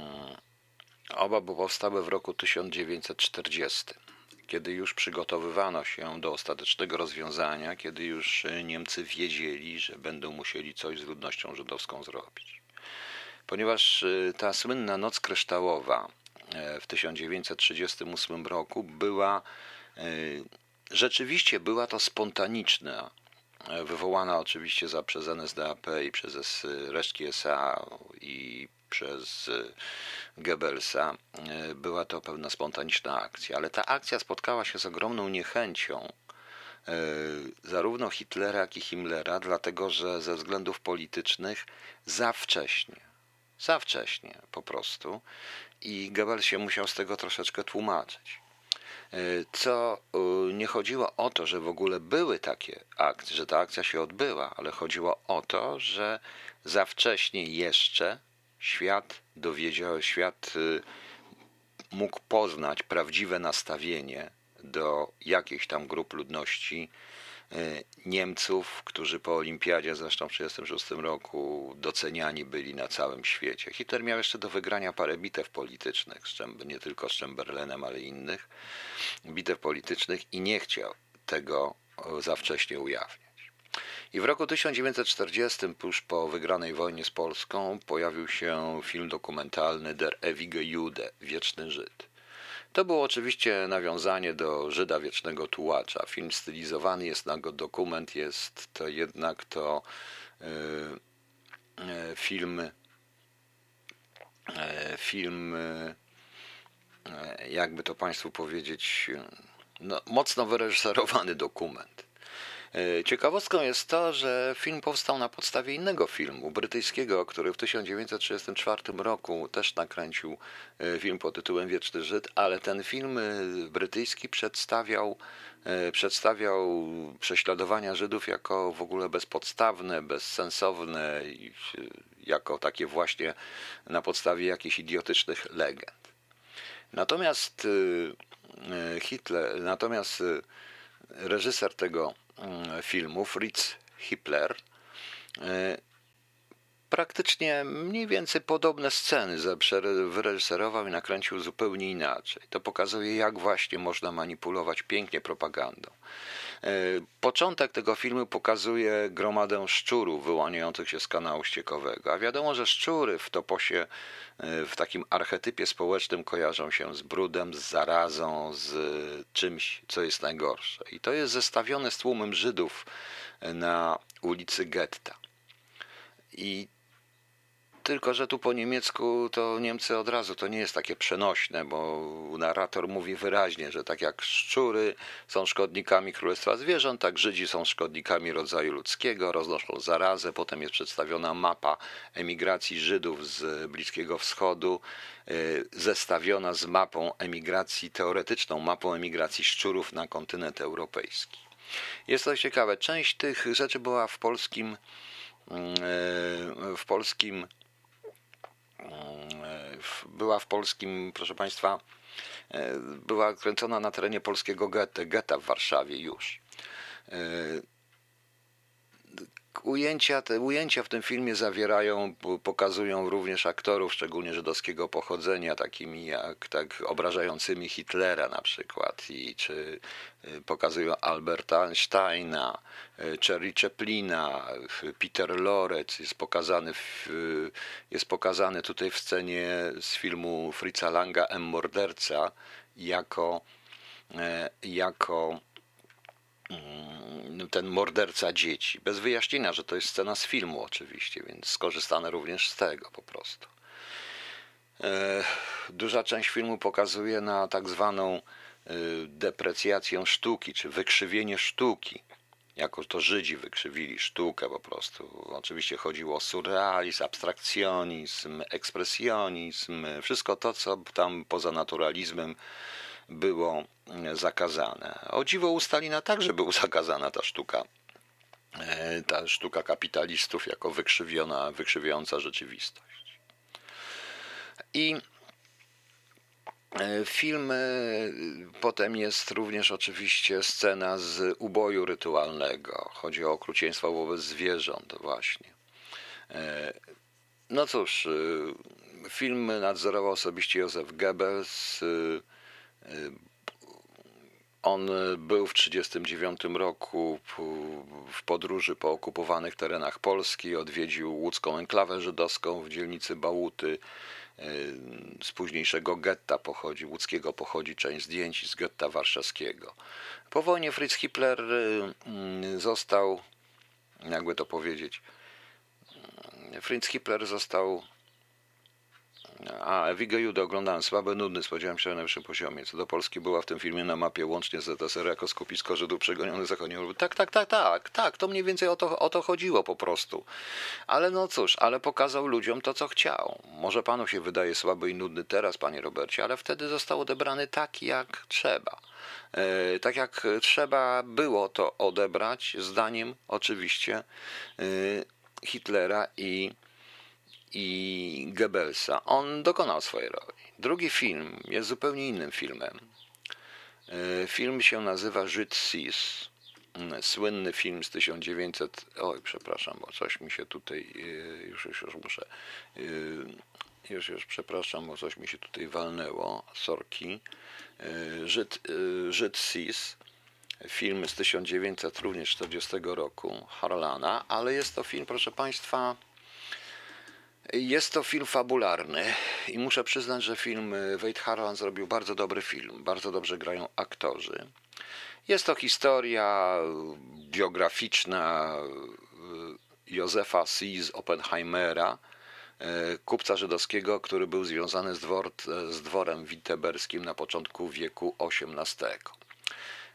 Oba powstały w roku tysiąc dziewięćset czterdziestym, kiedy już przygotowywano się do ostatecznego rozwiązania, kiedy już Niemcy wiedzieli, że będą musieli coś z ludnością żydowską zrobić. Ponieważ ta słynna Noc Kryształowa w tysiąc dziewięćset trzydziestym ósmym roku była, rzeczywiście była to spontaniczna, wywołana oczywiście za, przez N S D A P i przez resztki S A i przez Goebbelsa, była to pewna spontaniczna akcja, ale ta akcja spotkała się z ogromną niechęcią zarówno Hitlera, jak i Himmlera, dlatego że ze względów politycznych za wcześnie, za wcześnie po prostu i Goebbels się musiał z tego troszeczkę tłumaczyć. Co nie chodziło o to, że w ogóle były takie akcje, że ta akcja się odbyła, ale chodziło o to, że za wcześnie jeszcze świat dowiedział, świat mógł poznać prawdziwe nastawienie do jakichś tam grup ludności Niemców, którzy po olimpiadzie zresztą w tysiąc dziewięćset trzydziestym szóstym roku doceniani byli na całym świecie. Hitler miał jeszcze do wygrania parę bitew politycznych, nie tylko z Chamberlainem, ale i innych bitew politycznych i nie chciał tego za wcześnie ujawniać. I w roku tysiąc dziewięćset czterdziestym, tuż po wygranej wojnie z Polską, pojawił się film dokumentalny Der ewige Jude, Wieczny Żyd. To było oczywiście nawiązanie do Żyda Wiecznego Tułacza. Film stylizowany jest na go, dokument jest to jednak to yy, yy, film, yy, film yy, jakby to państwu powiedzieć, no, mocno wyreżyserowany dokument. Ciekawostką jest to, że film powstał na podstawie innego filmu brytyjskiego, który w tysiąc dziewięćset trzydziestym czwartym roku też nakręcił film pod tytułem Wieczny Żyd, ale ten film brytyjski przedstawiał, przedstawiał prześladowania Żydów jako w ogóle bezpodstawne, bezsensowne i jako takie właśnie na podstawie jakichś idiotycznych legend. Natomiast Hitler, natomiast reżyser tego filmu, Fritz Hippler, praktycznie mniej więcej podobne sceny wyreżyserował i nakręcił zupełnie inaczej. To pokazuje, jak właśnie można manipulować pięknie propagandą. Początek tego filmu pokazuje gromadę szczurów wyłaniających się z kanału ściekowego, a wiadomo, że szczury w toposie, w takim archetypie społecznym kojarzą się z brudem, z zarazą, z czymś, co jest najgorsze. I to jest zestawione z tłumem Żydów na ulicy Getta. I tylko że tu po niemiecku to Niemcy od razu, to nie jest takie przenośne, bo narrator mówi wyraźnie, że tak jak szczury są szkodnikami królestwa zwierząt, tak Żydzi są szkodnikami rodzaju ludzkiego, roznoszą zarazę. Potem jest przedstawiona mapa emigracji Żydów z Bliskiego Wschodu, zestawiona z mapą emigracji, teoretyczną mapą emigracji szczurów na kontynent europejski. Jest to ciekawe. Część tych rzeczy była w polskim w polskim była w polskim, proszę Państwa, była kręcona na terenie polskiego getta, getta w Warszawie już. Ujęcia, te ujęcia w tym filmie zawierają, pokazują również aktorów, szczególnie żydowskiego pochodzenia, takimi jak tak obrażającymi Hitlera na przykład, i czy pokazują Alberta Einsteina, Charlie Chaplina, Peter Lorre jest pokazany, w, jest pokazany tutaj w scenie z filmu Fritza Langa M. Morderca jako, jako ten morderca dzieci. Bez wyjaśnienia, że to jest scena z filmu oczywiście, więc skorzystano również z tego po prostu. Duża część filmu pokazuje na tak zwaną deprecjację sztuki, czy wykrzywienie sztuki. Jako to Żydzi wykrzywili sztukę po prostu. Oczywiście chodziło o surrealizm, abstrakcjonizm, ekspresjonizm, wszystko to, co tam poza naturalizmem było zakazane. O dziwo u Stalina także była zakazana ta sztuka, ta sztuka kapitalistów jako wykrzywiona, wykrzywiająca rzeczywistość. I film, potem jest również oczywiście scena z uboju rytualnego. Chodzi o okrucieństwo wobec zwierząt właśnie. No cóż, film nadzorował osobiście Józef Goebbels. On był w tysiąc dziewięćset trzydziestym dziewiątym roku w podróży po okupowanych terenach Polski, odwiedził łódzką enklawę żydowską w dzielnicy Bałuty. Z późniejszego getta pochodzi, łódzkiego pochodzi część zdjęć z getta warszawskiego. Po wojnie Fritz Hippler został, jakby to powiedzieć, Fritz Hippler został A, Ewigę Judę oglądałem, słaby, nudny, spodziewałem się na najwyższym poziomie. Co do Polski była w tym filmie na mapie łącznie z Z S R jako skupisko Żydów przegonionych zachodnio. Tak, tak, tak, tak, tak, to mniej więcej o to, o to chodziło po prostu. Ale no cóż, ale pokazał ludziom to, co chciał. Może panu się wydaje słaby i nudny teraz, panie Robercie, ale wtedy został odebrany tak, jak trzeba. E, tak jak trzeba było to odebrać, zdaniem oczywiście e, Hitlera i i Goebbelsa. On dokonał swojej roli. Drugi film jest zupełnie innym filmem. Film się nazywa Żyd Sis. Słynny film z tysiąc dziewięćset... Oj, przepraszam, bo coś mi się tutaj... Już, już, już muszę... Już, już, przepraszam, bo coś mi się tutaj walnęło. Sorki. Żyd, Żyd Sis. Film z tysiąc dziewięćset czterdziestego roku Harlana, ale jest to film, proszę Państwa... Jest to film fabularny i muszę przyznać, że film Wade Harlan zrobił bardzo dobry film. Bardzo dobrze grają aktorzy. Jest to historia biograficzna Józefa Sis Oppenheimera, kupca żydowskiego, który był związany z, dwor, z dworem witteberskim na początku wieku osiemnastego.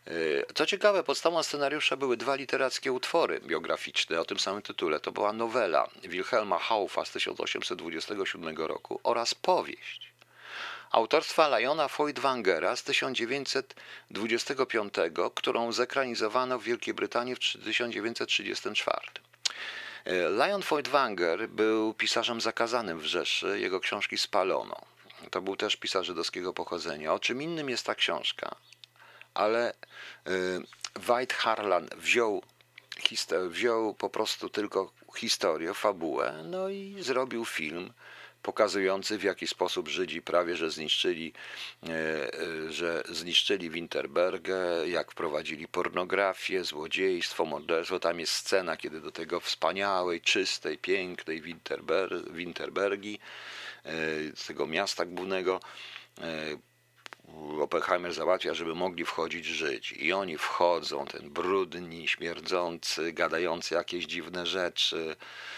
Co ciekawe, podstawą scenariusza były dwa literackie utwory biograficzne o tym samym tytule. To była nowela Wilhelma Haufa z tysiąc osiemset dwudziestego siódmego roku oraz powieść autorstwa Lyona Feuchtwangera z tysiąc dziewięćset dwudziestego piątego, którą zekranizowano w Wielkiej Brytanii w tysiąc dziewięćset trzydziestym czwartym. Lyon Feuchtwanger był pisarzem zakazanym w Rzeszy, jego książki spalono. To był też pisarz żydowskiego pochodzenia. O czym innym jest ta książka, ale Veit Harlan wziął, wziął po prostu tylko historię, fabułę, no i zrobił film pokazujący, w jaki sposób Żydzi prawie że zniszczyli, że zniszczyli Winterbergę, jak wprowadzili pornografię, złodziejstwo, morderstwo. Tam jest scena, kiedy do tego wspaniałej, czystej, pięknej Winterber- Winterbergi, z tego miasta głównego, Oppenheimer załatwia, żeby mogli wchodzić Żydzi. I oni wchodzą, ten brudni, śmierdzący, gadający jakieś dziwne rzeczy,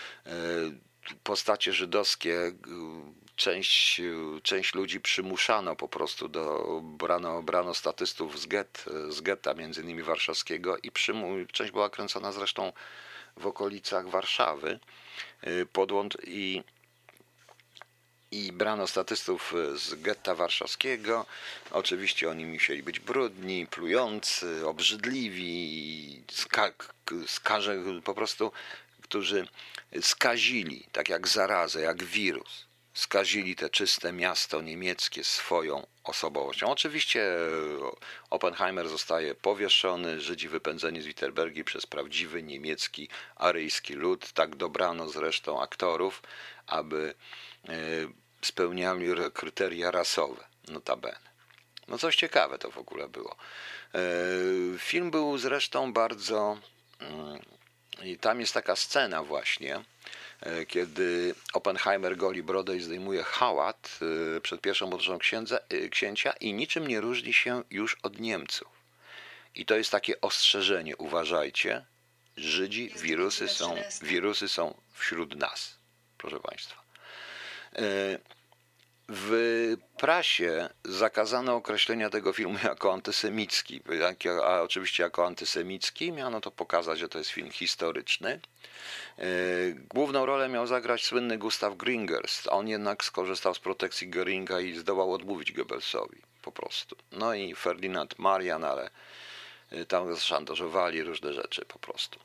postacie żydowskie, część, część ludzi przymuszano po prostu, do, brano, brano statystów z, get, z getta, między innymi warszawskiego, i przymu, część była kręcona zresztą w okolicach Warszawy, podłącz i I brano statystów z getta warszawskiego. Oczywiście oni musieli być brudni, plujący, obrzydliwi, ska, skaże, po prostu, którzy skazili, tak jak zarazę, jak wirus, skazili te czyste miasto niemieckie swoją osobowością. Oczywiście Oppenheimer zostaje powieszony, Żydzi wypędzeni z Wittenbergi przez prawdziwy niemiecki, aryjski lud. Tak dobrano zresztą aktorów, aby spełniali kryteria rasowe, notabene. No coś ciekawe to w ogóle było. Film był zresztą bardzo... I tam jest taka scena właśnie, kiedy Oppenheimer goli brodę i zdejmuje hałat przed pierwszą podróżą księdza, księcia i niczym nie różni się już od Niemców. I to jest takie ostrzeżenie, uważajcie, Żydzi, wirusy są, wirusy są wśród nas, proszę Państwa. W prasie zakazano określenia tego filmu jako antysemicki, a oczywiście jako antysemicki miano to pokazać, że to jest film historyczny. Główną rolę miał zagrać słynny Gustav Gringers. On jednak skorzystał z protekcji Göringa i zdołał odmówić Goebbelsowi po prostu. No i Ferdinand Marian, ale tam zaszantażowali różne rzeczy po prostu.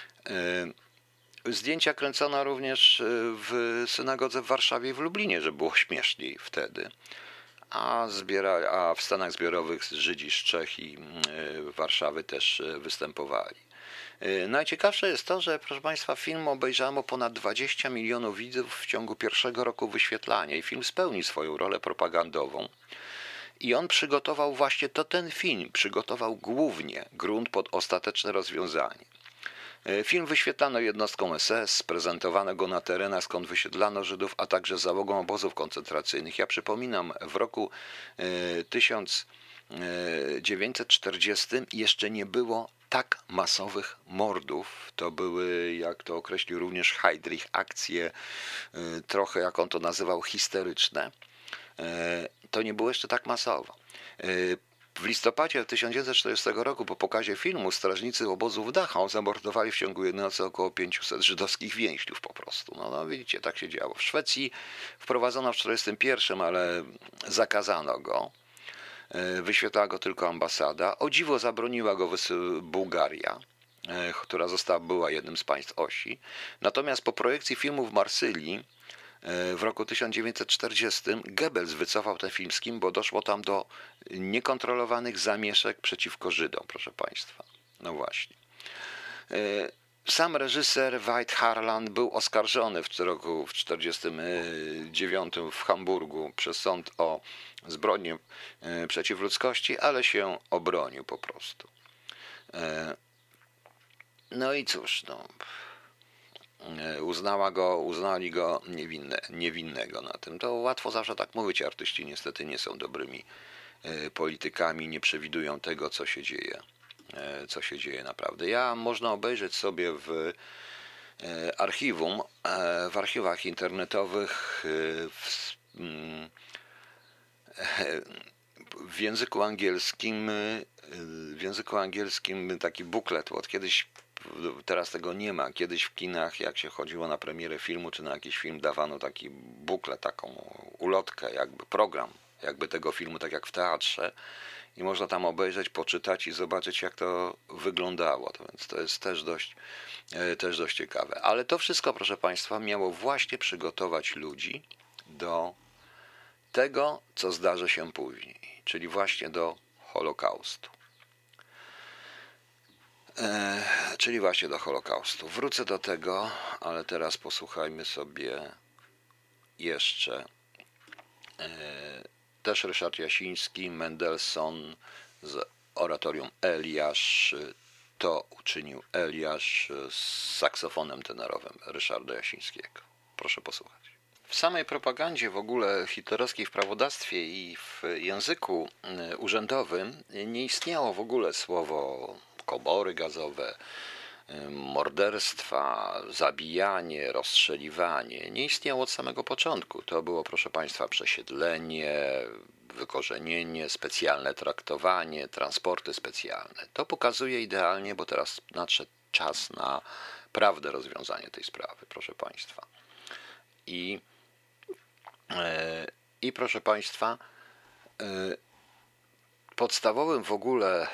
Zdjęcia kręcono również w synagodze w Warszawie i w Lublinie, że było śmieszniej wtedy. A, zbiera, a w Stanach Zbiorowych Żydzi z Czech i Warszawy też występowali. Najciekawsze jest to, że proszę Państwa, film obejrzało ponad dwadzieścia milionów widzów w ciągu pierwszego roku wyświetlania i film spełnił swoją rolę propagandową. I on przygotował właśnie, to ten film przygotował głównie grunt pod ostateczne rozwiązanie. Film wyświetlano jednostką S S, prezentowano go na terenach, skąd wysiedlano Żydów, a także załogą obozów koncentracyjnych. Ja przypominam, w roku tysiąc dziewięćset czterdziestym jeszcze nie było tak masowych mordów. To były, jak to określił również Heydrich, akcje trochę, jak on to nazywał, histeryczne. To nie było jeszcze tak masowo. W listopadzie tysiąc dziewięćset czterdziestego roku, po pokazie filmu, strażnicy obozu w Dachau zamordowali w ciągu jednej nocy około pięciuset żydowskich więźniów po prostu. No, no widzicie, tak się działo. W Szwecji wprowadzono w czterdziestym pierwszym, ale zakazano go. Wyświetlała go tylko ambasada. O dziwo zabroniła go Bułgaria, która została, była jednym z państw osi. Natomiast po projekcji filmu w Marsylii w roku tysiąc dziewięćset czterdziestym Goebbels wycofał ten film z kim, bo doszło tam do niekontrolowanych zamieszek przeciwko Żydom, proszę Państwa. No właśnie. Sam reżyser Veit Harlan był oskarżony w roku w tysiąc dziewięćset czterdziestym dziewiątym w Hamburgu przez sąd o zbrodnię przeciw ludzkości, ale się obronił po prostu. No i cóż, no... Uznała go, uznali go niewinne, niewinnego na tym. To łatwo zawsze tak mówić. Artyści niestety nie są dobrymi politykami, nie przewidują tego, co się dzieje, co się dzieje naprawdę. Ja można obejrzeć sobie w archiwum, w archiwach internetowych w, w języku angielskim w języku angielskim taki buklet, od kiedyś, teraz tego nie ma, kiedyś w kinach, jak się chodziło na premierę filmu, czy na jakiś film, dawano taki buklet, taką ulotkę, jakby program, jakby tego filmu, tak jak w teatrze, i można tam obejrzeć, poczytać i zobaczyć, jak to wyglądało. To więc to jest też dość, też dość ciekawe. Ale to wszystko, proszę Państwa, miało właśnie przygotować ludzi do tego, co zdarzy się później, czyli właśnie do Holokaustu. E, czyli właśnie do Holokaustu. Wrócę do tego, ale teraz posłuchajmy sobie jeszcze e, też Ryszard Jasiński, Mendelssohn z oratorium Eliasz. To uczynił Eliasz z saksofonem tenorowym Ryszarda Jasińskiego. Proszę posłuchać. W samej propagandzie w ogóle hitlerowskiej, w prawodawstwie i w języku urzędowym nie istniało w ogóle słowo komory gazowe, morderstwa, zabijanie, rozstrzeliwanie. Nie istniało od samego początku. To było, proszę Państwa, przesiedlenie, wykorzenienie, specjalne traktowanie, transporty specjalne. To pokazuje idealnie, bo teraz nadszedł czas na prawdę rozwiązanie tej sprawy, proszę Państwa. I, i proszę Państwa, podstawowym w ogóle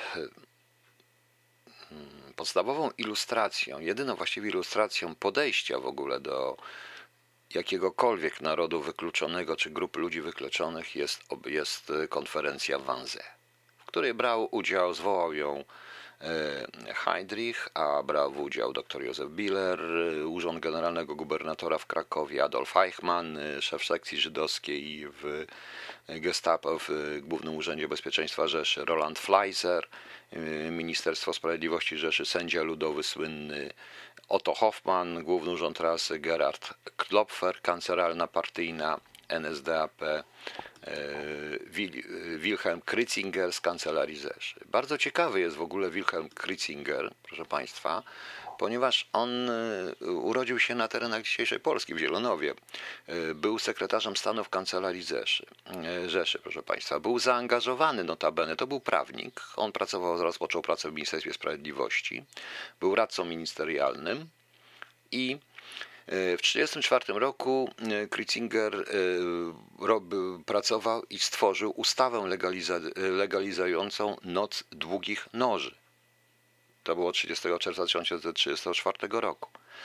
podstawową ilustracją, jedyną właściwie ilustracją podejścia w ogóle do jakiegokolwiek narodu wykluczonego czy grup ludzi wykluczonych jest, jest konferencja w Wannsee, w której brał udział, zwołał ją Heydrich, a brał udział dr Józef Biller, Urząd Generalnego Gubernatora w Krakowie, Adolf Eichmann, szef sekcji żydowskiej w Gestapo, w Głównym Urzędzie Bezpieczeństwa Rzeszy, Roland Fleiser, Ministerstwo Sprawiedliwości Rzeszy, sędzia ludowy słynny Otto Hoffmann, Główny Urząd Rasy, Gerhard Klopfer, kancelaria partyjna N S D A P, Wilhelm Kritzinger z Kancelarii Rzeszy. Bardzo ciekawy jest w ogóle Wilhelm Kritzinger, proszę Państwa, ponieważ on urodził się na terenach dzisiejszej Polski, w Zielonowie. Był sekretarzem stanu w Kancelarii Rzeszy, Rzeszy, proszę Państwa. Był zaangażowany notabene, to był prawnik. On pracował, rozpoczął pracę w Ministerstwie Sprawiedliwości. Był radcą ministerialnym i w tysiąc dziewięćset trzydziestym czwartym roku Kritzinger pracował i stworzył ustawę legaliza- legalizującą noc długich noży. To było trzydziestego czerwca tysiąc dziewięćset trzydziestego czwartego roku.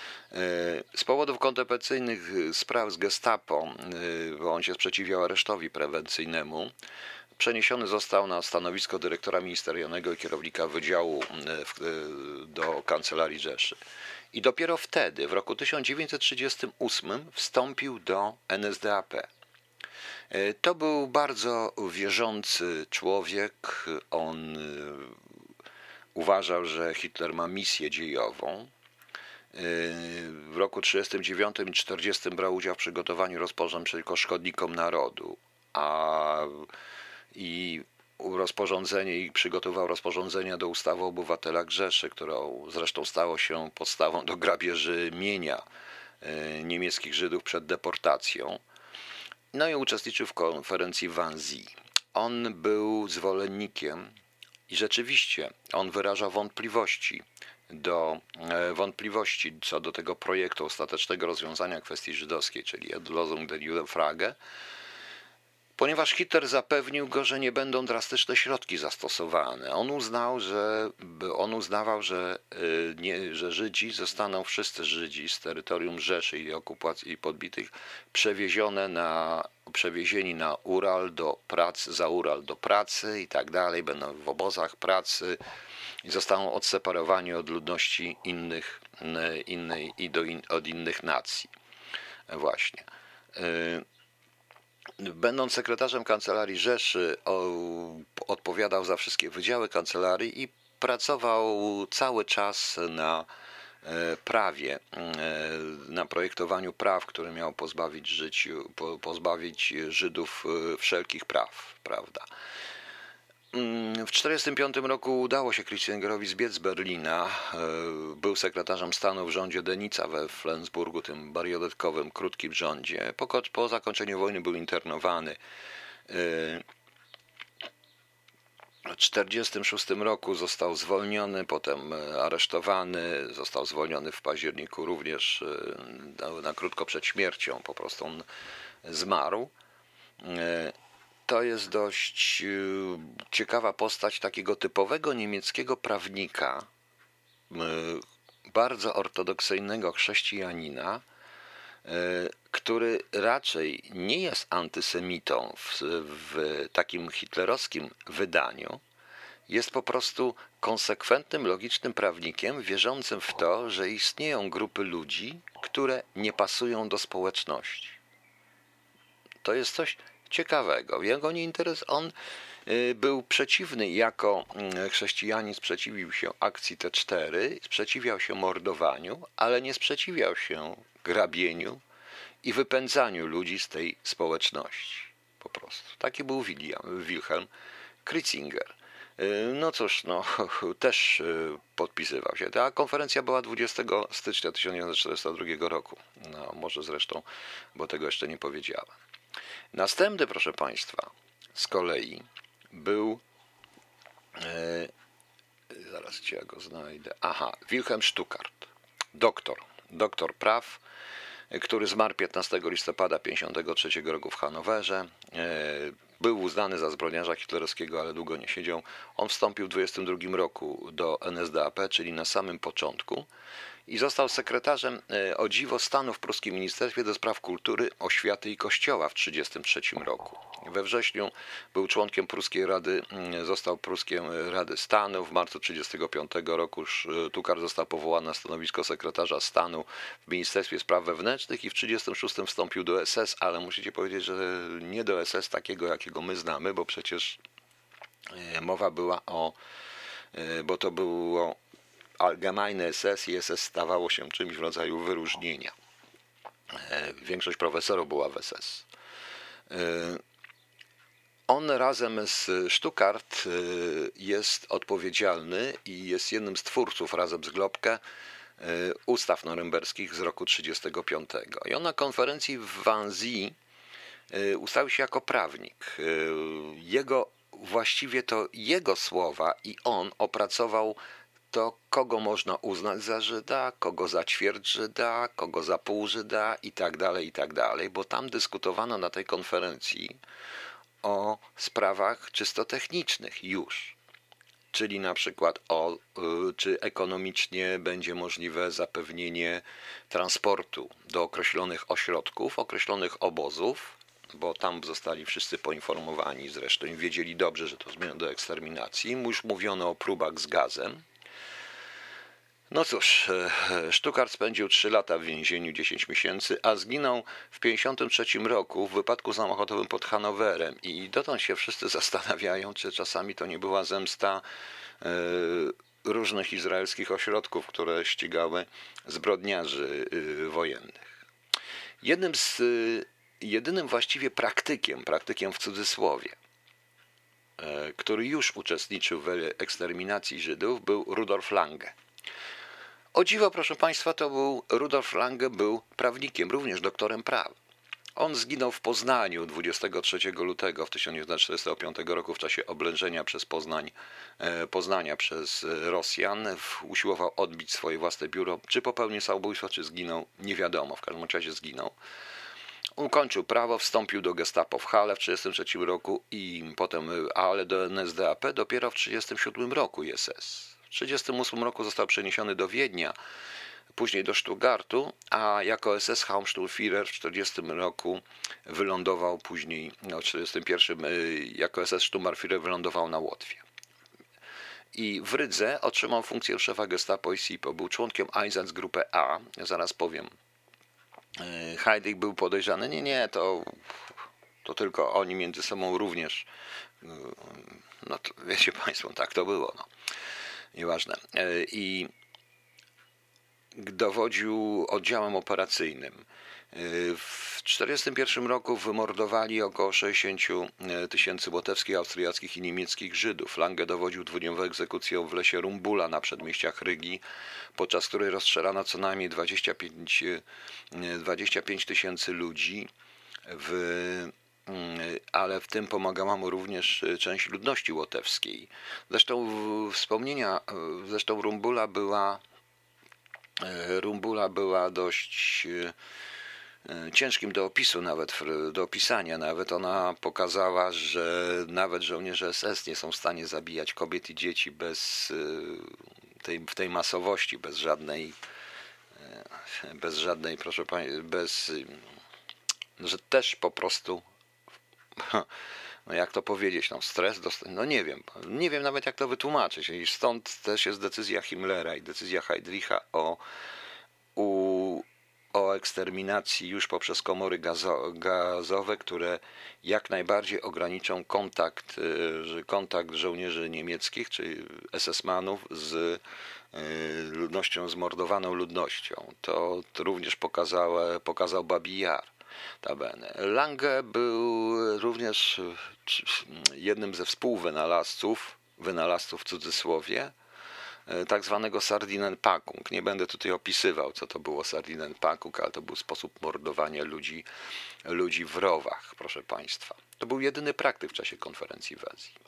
Z powodów kontemplacyjnych spraw z Gestapo, bo on się sprzeciwiał aresztowi prewencyjnemu, przeniesiony został na stanowisko dyrektora ministerialnego i kierownika wydziału do Kancelarii Rzeszy. I dopiero wtedy, w roku tysiąc dziewięćset trzydziestym ósmym, wstąpił do N S D A P. To był bardzo wierzący człowiek. On uważał, że Hitler ma misję dziejową. W roku trzydziestym dziewiątym i czterdziestym brał udział w przygotowaniu rozporządzeń przeciwko szkodnikom narodu, a i rozporządzenie i przygotował rozporządzenia do ustawy o obywatelach Rzeszy, którą zresztą stało się podstawą do grabieży mienia niemieckich Żydów przed deportacją. No i uczestniczył w konferencji w Wannsee. On był zwolennikiem i rzeczywiście on wyrażał wątpliwości do wątpliwości co do tego projektu ostatecznego rozwiązania kwestii żydowskiej, czyli Losung der Judenfrage, ponieważ Hitler zapewnił go, że nie będą drastyczne środki zastosowane. On uznał, że on uznawał, że, nie, że Żydzi zostaną, wszyscy Żydzi z terytorium Rzeszy i okupacji i podbitych przewiezione na, przewiezieni na Ural do pracy, za Ural do pracy i tak dalej, będą w obozach pracy i zostaną odseparowani od ludności innych, innej, i do in, od innych nacji. Właśnie. Będąc sekretarzem Kancelarii Rzeszy, odpowiadał za wszystkie wydziały kancelarii i pracował cały czas na prawie, na projektowaniu praw, które miało pozbawić, życiu, pozbawić Żydów wszelkich praw, prawda. W tysiąc dziewięćset czterdziestym piątym roku udało się Kritzingerowi zbiec z Berlina. Był sekretarzem stanu w rządzie Denica we Flensburgu, tym marionetkowym, krótkim rządzie. Po, po zakończeniu wojny był internowany tysiąc dziewięćset czterdziestym szóstym roku został zwolniony, potem aresztowany, został zwolniony w październiku również na, na krótko przed śmiercią, po prostu on zmarł. To jest dość ciekawa postać takiego typowego niemieckiego prawnika, bardzo ortodoksyjnego chrześcijanina, który raczej nie jest antysemitą w, w takim hitlerowskim wydaniu, jest po prostu konsekwentnym, logicznym prawnikiem, wierzącym w to, że istnieją grupy ludzi, które nie pasują do społeczności. To jest coś ciekawego. Jego nie interes, on był przeciwny jako chrześcijanin, sprzeciwił się akcji T cztery, sprzeciwiał się mordowaniu, ale nie sprzeciwiał się grabieniu i wypędzaniu ludzi z tej społeczności. Po prostu. Taki był William, Wilhelm Kritzinger. No cóż, no, też podpisywał się. Ta konferencja była dwudziestego stycznia tysiąc dziewięćset czterdziestego drugiego roku. No, może zresztą, bo tego jeszcze nie powiedziałem. Następny, proszę Państwa, z kolei był, e, zaraz Cię go znajdę, aha, Wilhelm Stuckart, doktor, doktor praw, który zmarł piętnastego listopada tysiąc dziewięćset pięćdziesiątego trzeciego roku w Hanowerze. Był uznany za zbrodniarza hitlerowskiego, ale długo nie siedział. On wstąpił w dwudziestym drugim roku do N S D A P, czyli na samym początku, i został sekretarzem, o dziwo, stanu w pruskim Ministerstwie do Spraw Kultury, Oświaty i Kościoła w tysiąc dziewięćset trzydziestym trzecim roku. We wrześniu był członkiem Pruskiej Rady, został Pruskiem Rady Stanu. W marcu tysiąc dziewięćset trzydziestego piątego roku Stuckart został powołany na stanowisko sekretarza stanu w Ministerstwie Spraw Wewnętrznych i w tysiąc dziewięćset trzydziestym szóstym wstąpił do S S, ale musicie powiedzieć, że nie do S S takiego, jakiego my znamy, bo przecież mowa była o, bo to było Allgemeine S S i S S stawało się czymś w rodzaju wyróżnienia. Większość profesorów była w S S. On razem z Stuckart jest odpowiedzialny i jest jednym z twórców razem z Globke ustaw norymberskich z roku tysiąc dziewięćset trzydziestego piątego. I on na konferencji w Wannsee ustawił się jako prawnik. Jego, właściwie to jego słowa i on opracował to, kogo można uznać za Żyda, kogo za ćwierć Żyda, kogo za pół Żyda i tak dalej, i tak dalej, bo tam dyskutowano na tej konferencji o sprawach czysto technicznych już, czyli na przykład o, czy ekonomicznie będzie możliwe zapewnienie transportu do określonych ośrodków, określonych obozów, bo tam zostali wszyscy poinformowani zresztą i wiedzieli dobrze, że to zmierza do eksterminacji. Już mówiono o próbach z gazem. No cóż, Stuckart spędził trzy lata w więzieniu, dziesięć miesięcy, a zginął w tysiąc dziewięćset pięćdziesiątym trzecim roku w wypadku samochodowym pod Hanowerem. I dotąd się wszyscy zastanawiają, czy czasami to nie była zemsta różnych izraelskich ośrodków, które ścigały zbrodniarzy wojennych. Jednym z, jedynym właściwie praktykiem, praktykiem w cudzysłowie, który już uczestniczył w eksterminacji Żydów, był Rudolf Lange. O dziwo, proszę Państwa, to był Rudolf Lange, był prawnikiem, również doktorem prawa. On zginął w Poznaniu dwudziestego trzeciego lutego w tysiąc dziewięćset czterdziestego piątego roku w czasie oblężenia przez Poznań, Poznania przez Rosjan. Usiłował odbić swoje własne biuro. Czy popełnił samobójstwo, czy zginął, nie wiadomo. W każdym razie zginął. Ukończył prawo, wstąpił do Gestapo w Halle w tysiąc dziewięćset trzydziestym trzecim roku i potem, ale do N S D A P dopiero w tysiąc dziewięćset trzydziestym siódmym roku I S S. W tysiąc dziewięćset trzydziestym ósmym roku został przeniesiony do Wiednia, później do Stuttgartu, a jako S S Hauptsturmführer w tysiąc dziewięćset czterdziestym roku wylądował później, no, w tysiąc dziewięćset czterdziestym pierwszym jako S S Sturmbannführer wylądował na Łotwie. I w Rydze otrzymał funkcję szefa Gestapo i SIPO. Był członkiem Einsatzgruppe A, ja zaraz powiem. Heydrich był podejrzany. Nie, nie, to, to tylko oni między sobą również. No to wiecie Państwo, tak to było. No. Nieważne. I dowodził oddziałem operacyjnym. W tysiąc dziewięćset czterdziestym pierwszym roku wymordowali około sześćdziesiąt tysięcy łotewskich, austriackich i niemieckich Żydów. Lange dowodził dwudniową egzekucją w lesie Rumbula na przedmieściach Rygi, podczas której rozstrzelano co najmniej dwadzieścia pięć tysięcy ludzi w ale w tym pomagała mu również część ludności łotewskiej. Zresztą wspomnienia, zresztą Rumbula była, Rumbula była dość ciężkim do opisu, nawet do opisania. Nawet ona pokazała, że nawet żołnierze S S nie są w stanie zabijać kobiet i dzieci bez tej, w tej masowości, bez żadnej, bez żadnej, proszę pani, bez, że też po prostu, no jak to powiedzieć, no stres, dosta- no nie wiem, nie wiem nawet jak to wytłumaczyć. I stąd też jest decyzja Himmlera i decyzja Heydricha o u o eksterminacji już poprzez komory gazo, gazowe, które jak najbardziej ograniczą kontakt, kontakt żołnierzy niemieckich, czy es es manów z ludnością, zmordowaną ludnością. To, to również pokazał, pokazał Babi Jar. Tabene. Lange był również jednym ze współwynalazców, wynalazców w cudzysłowie, tak zwanego Sardinenpackung. Nie będę tutaj opisywał, co to było Sardinenpackung, ale to był sposób mordowania ludzi, ludzi w rowach, proszę Państwa. To był jedyny praktyk w czasie konferencji w Azji.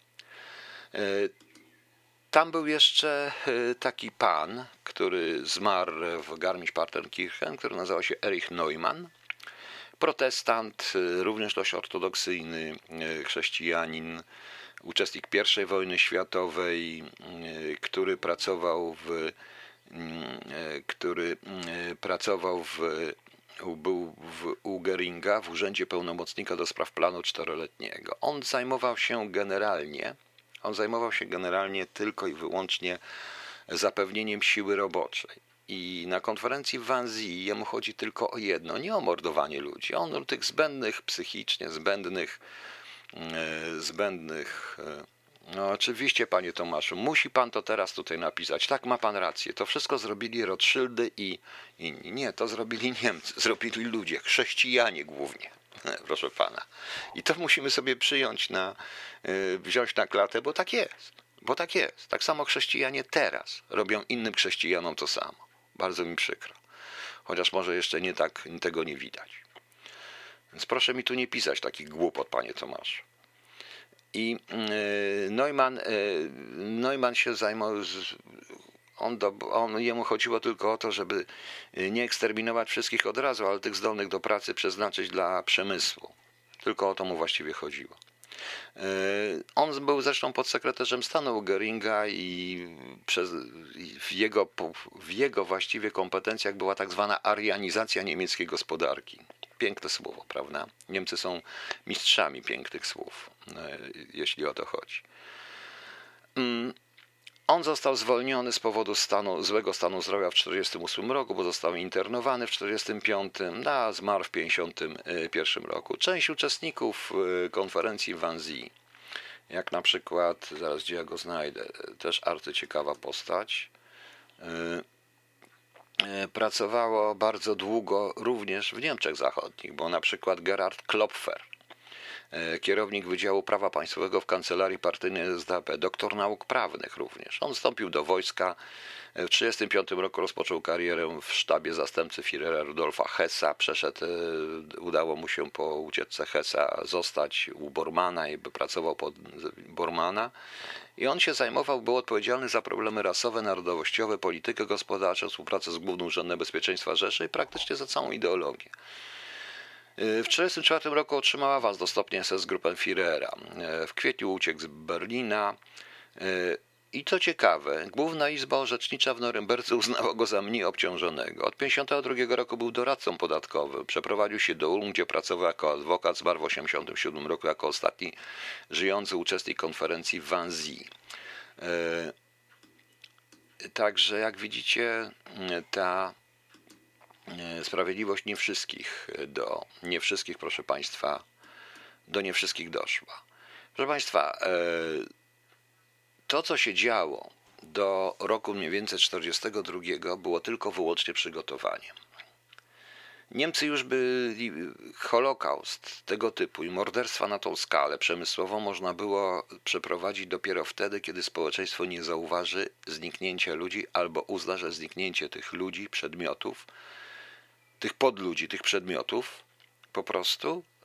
Tam był jeszcze taki pan, który zmarł w Garmisch-Partenkirchen, który nazywał się Erich Neumann. Protestant, również dość ortodoksyjny chrześcijanin, uczestnik pierwszej wojny światowej, który pracował w, który pracował w, był w, u Geringa w urzędzie pełnomocnika do spraw planu czteroletniego. On zajmował się generalnie, on zajmował się generalnie tylko i wyłącznie zapewnieniem siły roboczej. I na konferencji w Wannsee jemu chodzi tylko o jedno, nie o mordowanie ludzi. On tych zbędnych psychicznie, zbędnych, zbędnych. No oczywiście, panie Tomaszu, musi pan to teraz tutaj napisać. Tak, ma pan rację. To wszystko zrobili Rothschildy i inni. Nie, to zrobili Niemcy, zrobili ludzie, chrześcijanie głównie, proszę pana. I to musimy sobie przyjąć na, wziąć na klatę, bo tak jest. Bo tak jest. Tak samo chrześcijanie teraz robią innym chrześcijanom to samo. Bardzo mi przykro. Chociaż może jeszcze nie tak tego nie widać. Więc proszę mi tu nie pisać takich głupot, panie Tomaszu. I Neumann, Neumann się zajmował, on, do, on jemu chodziło tylko o to, żeby nie eksterminować wszystkich od razu, ale tych zdolnych do pracy przeznaczyć dla przemysłu. Tylko o to mu właściwie chodziło. On był zresztą podsekretarzem stanu u Göringa i przez, w, jego, w jego właściwie kompetencjach była tak zwana arianizacja niemieckiej gospodarki. Piękne słowo, prawda? Niemcy są mistrzami pięknych słów, jeśli o to chodzi. On został zwolniony z powodu stanu, złego stanu zdrowia w tysiąc dziewięćset czterdziestym ósmym roku, bo został internowany w tysiąc dziewięćset czterdziestym piątym, a zmarł w tysiąc dziewięćset pięćdziesiątym pierwszym roku. Część uczestników konferencji w Wannsee, jak na przykład, zaraz gdzie ja go znajdę, też arcyciekawa postać, pracowało bardzo długo również w Niemczech Zachodnich, bo na przykład Gerhard Klopfer, kierownik Wydziału Prawa Państwowego w Kancelarii Partyjnej S D A P, doktor nauk prawnych również. On wstąpił do wojska. W tysiąc dziewięćset trzydziestym piątym roku rozpoczął karierę w sztabie zastępcy Führera Rudolfa Hessa. Przeszedł, udało mu się po ucieczce Hessa zostać u Bormana i pracował pod Bormana. I on się zajmował, był odpowiedzialny za problemy rasowe, narodowościowe, politykę gospodarczą, współpracę z Głównym Urzędem Bezpieczeństwa Rzeszy i praktycznie za całą ideologię. W tysiąc dziewięćset czterdziestym czwartym roku otrzymał awans do stopnia S S-Gruppenführera. W kwietniu uciekł z Berlina. I co ciekawe, Główna Izba Orzecznicza w Norymberdze uznała go za mniej obciążonego. Od tysiąc dziewięćset pięćdziesiątego drugiego roku był doradcą podatkowym. Przeprowadził się do Ulm, gdzie pracował jako adwokat. Zmarł w tysiąc dziewięćset osiemdziesiątym siódmym roku jako ostatni żyjący uczestnik konferencji w Wannsee. Także jak widzicie, ta sprawiedliwość nie wszystkich, do nie wszystkich, proszę Państwa, do nie wszystkich doszła. Proszę Państwa, to, co się działo do roku mniej więcej tysiąc dziewięćset czterdziestego drugiego było tylko wyłącznie przygotowaniem. Niemcy już byli, Holokaust tego typu i morderstwa na tą skalę przemysłową można było przeprowadzić dopiero wtedy, kiedy społeczeństwo nie zauważy zniknięcia ludzi albo uzna, że zniknięcie tych ludzi, przedmiotów, tych podludzi, tych przedmiotów po prostu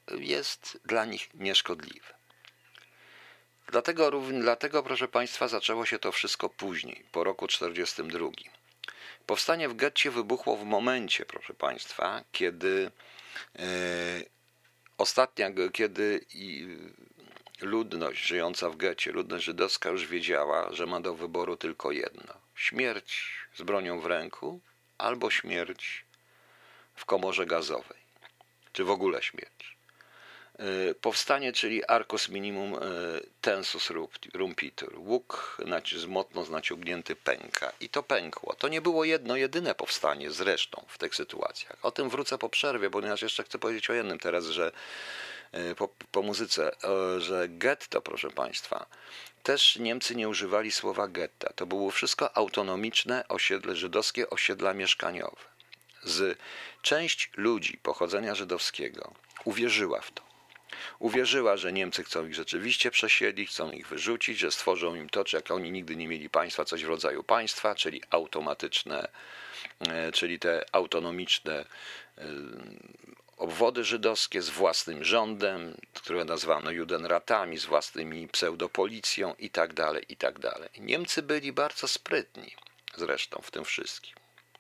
jest dla nich nieszkodliwe. Dlatego, dlatego, proszę Państwa, zaczęło się to wszystko później, po roku czterdziestym drugim. Powstanie w getcie wybuchło w momencie, proszę Państwa, kiedy e, ostatnia, kiedy i ludność żyjąca w getcie, ludność żydowska już wiedziała, że ma do wyboru tylko jedno. Śmierć z bronią w ręku albo śmierć w komorze gazowej, czy w ogóle śmierć. Powstanie, czyli arcus minimum tensus rumpitur. Łuk mocno naciągnięty pęka. I to pękło. To nie było jedno, jedyne powstanie zresztą w tych sytuacjach. O tym wrócę po przerwie, ponieważ jeszcze chcę powiedzieć o jednym teraz, że po, po muzyce, że getto, proszę Państwa, też Niemcy nie używali słowa getta. To było wszystko autonomiczne osiedle, żydowskie osiedla mieszkaniowe. Z część ludzi pochodzenia żydowskiego uwierzyła w to. Uwierzyła, że Niemcy chcą ich rzeczywiście przesiedlić, chcą ich wyrzucić, że stworzą im to, czy jak oni nigdy nie mieli państwa, coś w rodzaju państwa, czyli automatyczne, czyli te autonomiczne obwody żydowskie z własnym rządem, które nazwano Judenratami, z własnymi pseudopolicją i tak dalej, i tak dalej. Niemcy byli bardzo sprytni zresztą w tym wszystkim.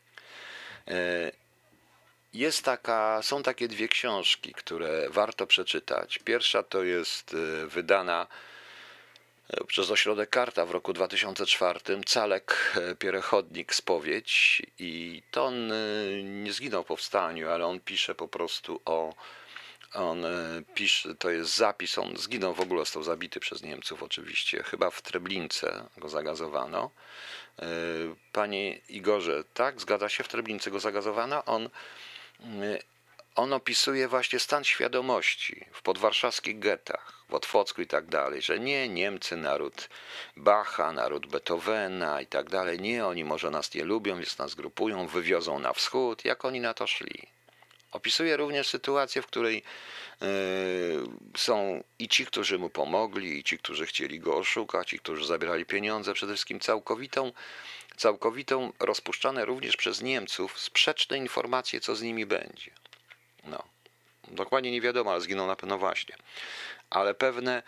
Jest taka, są takie dwie książki, które warto przeczytać. Pierwsza to jest wydana przez Ośrodek Karta w roku dwa tysiące czwartym, Calek Pierechodnik Spowiedź, i to on nie zginął w powstaniu, ale on pisze po prostu o, on pisze, to jest zapis, on zginął w ogóle, został zabity przez Niemców oczywiście, chyba w Treblince go zagazowano. Panie Igorze, tak, zgadza się, w Treblince go zagazowano. On On opisuje właśnie stan świadomości w podwarszawskich getach, w Otwocku i tak dalej, że nie Niemcy, naród Bacha, naród Beethovena i tak dalej, nie, oni może nas nie lubią, więc nas grupują, wywiozą na wschód, jak oni na to szli. Opisuje również sytuację, w której yy, są i ci, którzy mu pomogli, i ci, którzy chcieli go oszukać, i którzy zabierali pieniądze, przede wszystkim całkowitą całkowitą, rozpuszczane również przez Niemców, sprzeczne informacje, co z nimi będzie. No, dokładnie nie wiadomo, ale zginą na pewno właśnie. Ale pewne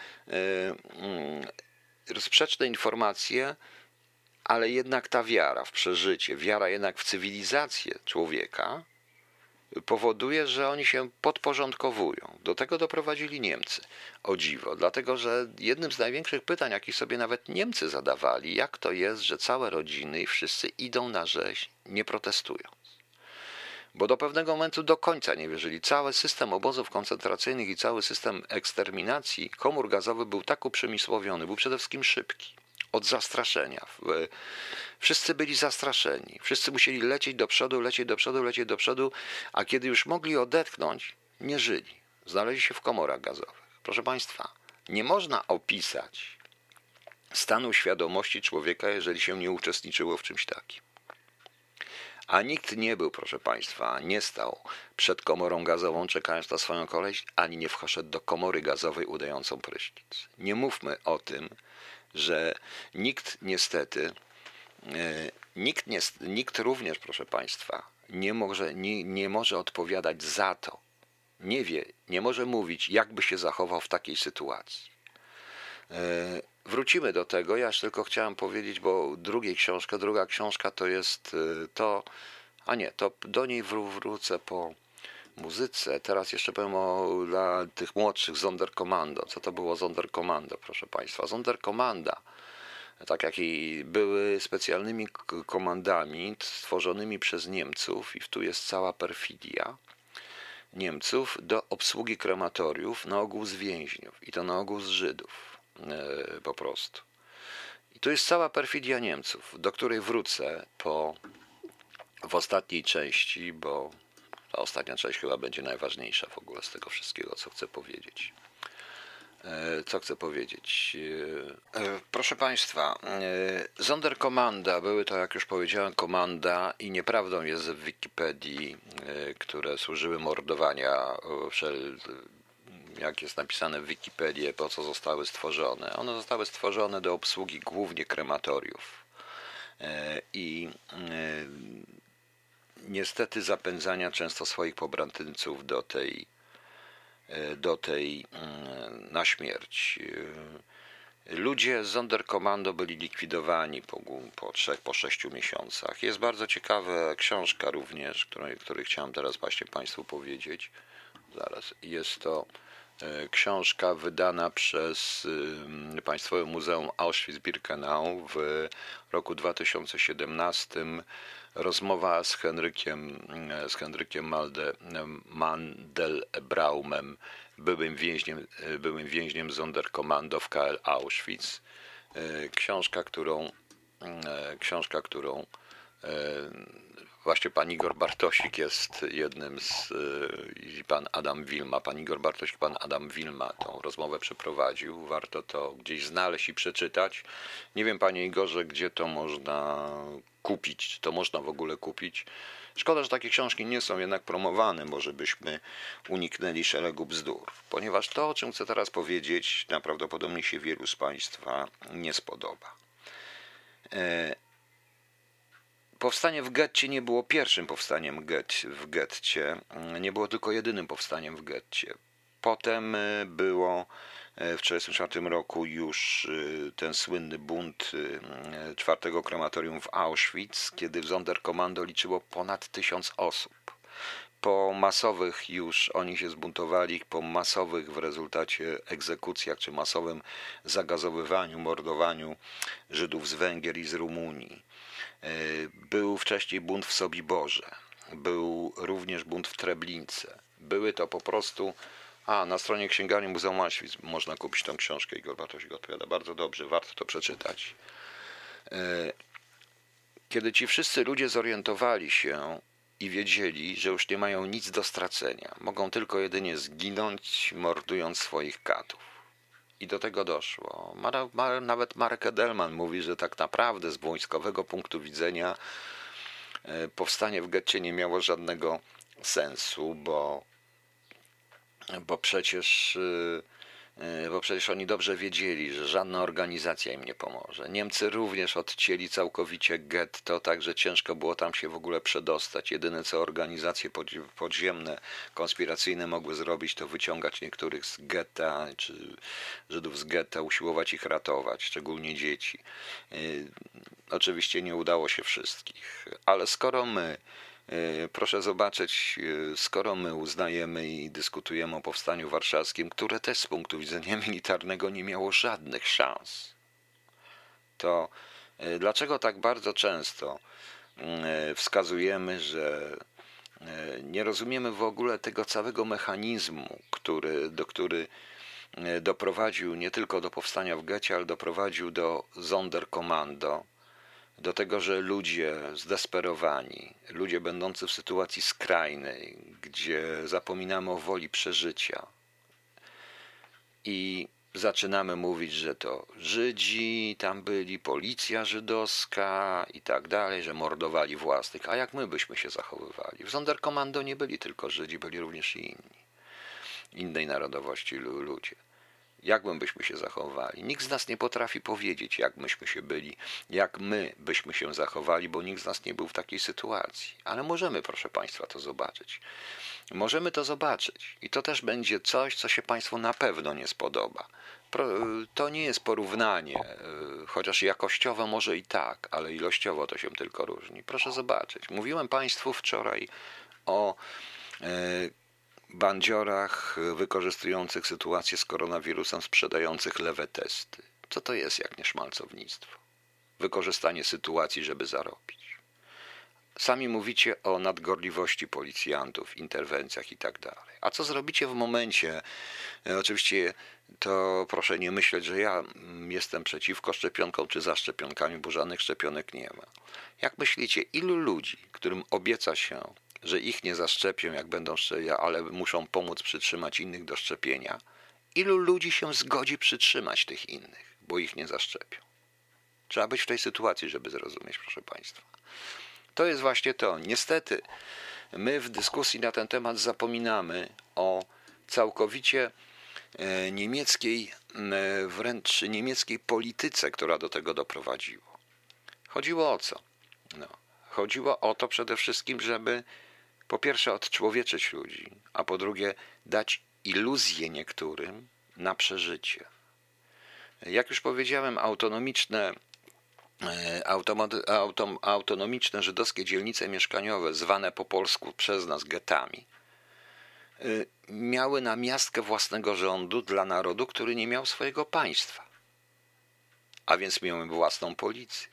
yy, sprzeczne informacje, ale jednak ta wiara w przeżycie, wiara jednak w cywilizację człowieka powoduje, że oni się podporządkowują. Do tego doprowadzili Niemcy. O dziwo, dlatego że jednym z największych pytań, jakie sobie nawet Niemcy zadawali, jak to jest, że całe rodziny i wszyscy idą na rzeź, nie protestując. Bo do pewnego momentu do końca nie wierzyli. Cały system obozów koncentracyjnych i cały system eksterminacji komór gazowych był tak uprzemysłowiony, był przede wszystkim szybki. Od zastraszenia. Wszyscy byli zastraszeni. Wszyscy musieli lecieć do przodu, lecieć do przodu, lecieć do przodu, a kiedy już mogli odetchnąć, nie żyli. Znaleźli się w komorach gazowych. Proszę Państwa, nie można opisać stanu świadomości człowieka, jeżeli się nie uczestniczyło w czymś takim. A nikt nie był, proszę Państwa, nie stał przed komorą gazową, czekając na swoją kolej, ani nie wszedł do komory gazowej udającą prysznic. Nie mówmy o tym, że nikt niestety, nikt, nie, nikt również, proszę Państwa, nie może, nie, nie może odpowiadać za to, nie wie, nie może mówić, jak by się zachował w takiej sytuacji. Wrócimy do tego, ja tylko chciałem powiedzieć, bo drugiej książka, druga książka to jest to, a nie, to do niej wró- wrócę po muzyce. Teraz jeszcze powiem o dla tych młodszych Sonderkommando. Co to było Sonderkommando, proszę Państwa? Sonderkommanda, tak jak i były specjalnymi komandami stworzonymi przez Niemców, i tu jest cała perfidia Niemców, do obsługi krematoriów, na ogół z więźniów i to na ogół z Żydów yy, po prostu. I tu jest cała perfidia Niemców, do której wrócę po, w ostatniej części, bo ta ostatnia część chyba będzie najważniejsza w ogóle z tego wszystkiego, co chcę powiedzieć. Co chcę powiedzieć? Proszę Państwa, Sonderkommanda, były to, jak już powiedziałem, komanda, i nieprawdą jest w Wikipedii, które służyły mordowania, jak jest napisane w Wikipedii, po co zostały stworzone. One zostały stworzone do obsługi głównie krematoriów i niestety zapędzania często swoich pobratymców do tej do tej na śmierć. Ludzie z Sonderkommando byli likwidowani po, po trzech, po sześciu miesiącach. Jest bardzo ciekawa książka również, której, której chciałem teraz właśnie Państwu powiedzieć. Zaraz. Jest to książka wydana przez Państwowe Muzeum Auschwitz-Birkenau w roku dwa tysiące siedemnastym. Rozmowa z Henrykiem, z Henrykiem Malde, Mandelbraumem, byłym więźniem, byłym więźniem Sonderkommando w K L Auschwitz. Książka, którą, książka, którą właśnie pan Igor Bartosik jest jednym z, i pan Adam Wilma, pan Igor Bartosik, pan Adam Wilma tą rozmowę przeprowadził. Warto to gdzieś znaleźć i przeczytać. Nie wiem, panie Igorze, gdzie to można kupić, czy to można w ogóle kupić. Szkoda, że takie książki nie są jednak promowane, może byśmy uniknęli szeregu bzdur, ponieważ to, o czym chcę teraz powiedzieć, najprawdopodobniej się wielu z Państwa nie spodoba. Powstanie w getcie nie było pierwszym powstaniem w getcie, nie było tylko jedynym powstaniem w getcie. Potem było w tysiąc dziewięćset trzydziestym czwartym roku już ten słynny bunt czwartego krematorium w Auschwitz, kiedy w Sonderkommando liczyło ponad tysiąc osób. Po masowych już oni się zbuntowali, po masowych w rezultacie egzekucjach czy masowym zagazowywaniu, mordowaniu Żydów z Węgier i z Rumunii. Był wcześniej bunt w Sobiborze, był również bunt w Treblince. Były to po prostu... A, na stronie Księgarni Muzeum Auschwitz można kupić tą książkę. Igor Bartosik odpowiada bardzo dobrze, warto to przeczytać. Kiedy ci wszyscy ludzie zorientowali się i wiedzieli, że już nie mają nic do stracenia, mogą tylko jedynie zginąć, mordując swoich katów. I do tego doszło. Nawet Marek Edelman mówi, że tak naprawdę z wojskowego punktu widzenia powstanie w getcie nie miało żadnego sensu, bo, bo, przecież, bo przecież oni dobrze wiedzieli, że żadna organizacja im nie pomoże. Niemcy również odcięli całkowicie getto, tak że ciężko było tam się w ogóle przedostać. Jedyne co organizacje podziemne, konspiracyjne mogły zrobić, to wyciągać niektórych z getta, czy Żydów z getta, usiłować ich ratować, szczególnie dzieci. Oczywiście nie udało się wszystkich, ale skoro my Proszę zobaczyć, skoro my uznajemy i dyskutujemy o powstaniu warszawskim, które też z punktu widzenia militarnego nie miało żadnych szans, to dlaczego tak bardzo często wskazujemy, że nie rozumiemy w ogóle tego całego mechanizmu, który, do który doprowadził nie tylko do powstania w getcie, ale doprowadził do Sonderkommando, do tego, że ludzie zdesperowani, ludzie będący w sytuacji skrajnej, gdzie zapominamy o woli przeżycia i zaczynamy mówić, że to Żydzi tam byli, policja żydowska i tak dalej, że mordowali własnych. A jak my byśmy się zachowywali? W Sonderkommando nie byli tylko Żydzi, byli również i inni, innej narodowości ludzie. Jak byśmy się zachowali? Nikt z nas nie potrafi powiedzieć, jak myśmy się byli, jak my byśmy się zachowali, bo nikt z nas nie był w takiej sytuacji. Ale możemy, proszę Państwa, to zobaczyć. Możemy to zobaczyć i to też będzie coś, co się Państwu na pewno nie spodoba. To nie jest porównanie, chociaż jakościowo może i tak, ale ilościowo to się tylko różni. Proszę zobaczyć. Mówiłem Państwu wczoraj o bandziorach wykorzystujących sytuację z koronawirusem, sprzedających lewe testy. Co to jest jak nie szmalcownictwo? Wykorzystanie sytuacji, żeby zarobić. Sami mówicie o nadgorliwości policjantów, interwencjach i tak dalej. A co zrobicie w momencie, oczywiście to proszę nie myśleć, że ja jestem przeciwko szczepionkom czy za szczepionkami, bo żadnych szczepionek nie ma. Jak myślicie, ilu ludzi, którym obieca się, że ich nie zaszczepią, jak będą szczepić, ale muszą pomóc przytrzymać innych do szczepienia, ilu ludzi się zgodzi przytrzymać tych innych, bo ich nie zaszczepią? Trzeba być w tej sytuacji, żeby zrozumieć, proszę Państwa. To jest właśnie to. Niestety my w dyskusji na ten temat zapominamy o całkowicie niemieckiej, wręcz niemieckiej polityce, która do tego doprowadziła. Chodziło o co? No, chodziło o to przede wszystkim, żeby po pierwsze odczłowieczyć ludzi, a po drugie dać iluzję niektórym na przeżycie. Jak już powiedziałem, autonomiczne, autom, autonomiczne żydowskie dzielnice mieszkaniowe, zwane po polsku przez nas getami, miały namiastkę własnego rządu dla narodu, który nie miał swojego państwa. A więc miały własną policję.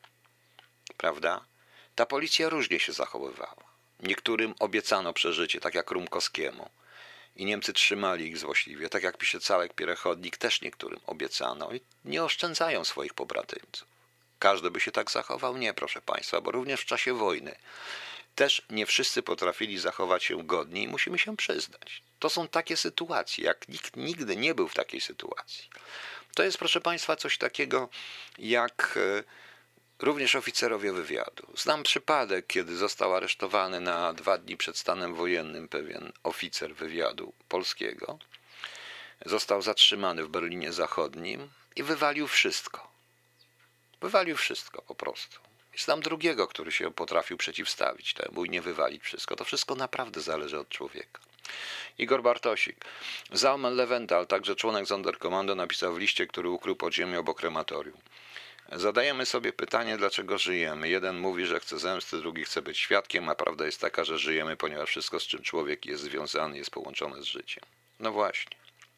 Prawda? Ta policja różnie się zachowywała. Niektórym obiecano przeżycie, tak jak Rumkowskiemu. I Niemcy trzymali ich złośliwie, tak jak pisze Całek Pierechodnik, też niektórym obiecano i nie oszczędzają swoich pobratymców. Każdy by się tak zachował? Nie, proszę Państwa, bo również w czasie wojny też nie wszyscy potrafili zachować się godnie i musimy się przyznać. To są takie sytuacje, jak nikt nigdy nie był w takiej sytuacji. To jest, proszę Państwa, coś takiego jak również oficerowie wywiadu. Znam przypadek, kiedy został aresztowany na dwa dni przed stanem wojennym pewien oficer wywiadu polskiego. Został zatrzymany w Berlinie Zachodnim i wywalił wszystko. Wywalił wszystko po prostu. I znam drugiego, który się potrafił przeciwstawić temu i nie wywalić wszystko. To wszystko naprawdę zależy od człowieka. Igor Bartosik. Zalman Lewenthal, także członek Sonderkommando, napisał w liście, który ukrył pod ziemią obok krematorium. Zadajemy sobie pytanie, dlaczego żyjemy. Jeden mówi, że chce zemsty, drugi chce być świadkiem, a prawda jest taka, że żyjemy, ponieważ wszystko, z czym człowiek jest związany, jest połączone z życiem. No właśnie.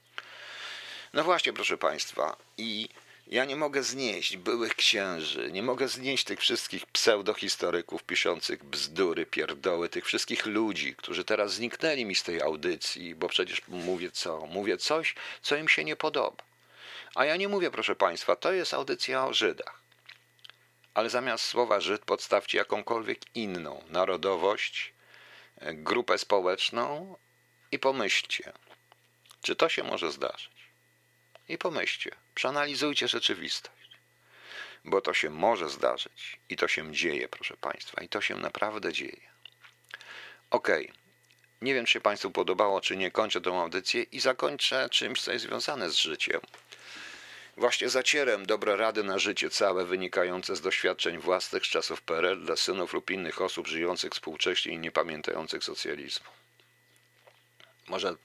No właśnie, proszę Państwa. I ja nie mogę znieść byłych księży, nie mogę znieść tych wszystkich pseudohistoryków piszących bzdury, pierdoły, tych wszystkich ludzi, którzy teraz zniknęli mi z tej audycji, bo przecież mówię co? Mówię coś, co im się nie podoba. A ja nie mówię, proszę Państwa, to jest audycja o Żydach. Ale zamiast słowa Żyd podstawcie jakąkolwiek inną narodowość, grupę społeczną i pomyślcie, czy to się może zdarzyć. I pomyślcie, przeanalizujcie rzeczywistość, bo to się może zdarzyć i to się dzieje, proszę Państwa, i to się naprawdę dzieje. Okej, nie wiem, czy się Państwu podobało, czy nie, kończę tę audycję i zakończę czymś, co jest związane z życiem. Właśnie zacierem dobre rady na życie całe wynikające z doświadczeń własnych z czasów P R L dla synów lub innych osób żyjących współcześnie i nie pamiętających socjalizmu. Może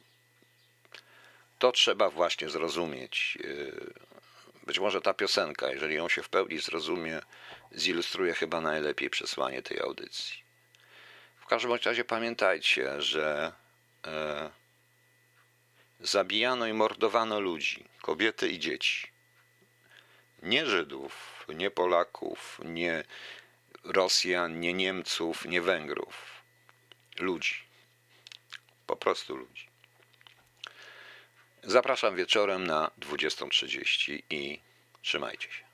to trzeba właśnie zrozumieć. Być może ta piosenka, jeżeli ją się w pełni zrozumie, zilustruje chyba najlepiej przesłanie tej audycji. W każdym razie pamiętajcie, że e, zabijano i mordowano ludzi, kobiety i dzieci. Nie Żydów, nie Polaków, nie Rosjan, nie Niemców, nie Węgrów. Ludzi. Po prostu ludzi. Zapraszam wieczorem na dwudziestą trzydzieści i trzymajcie się.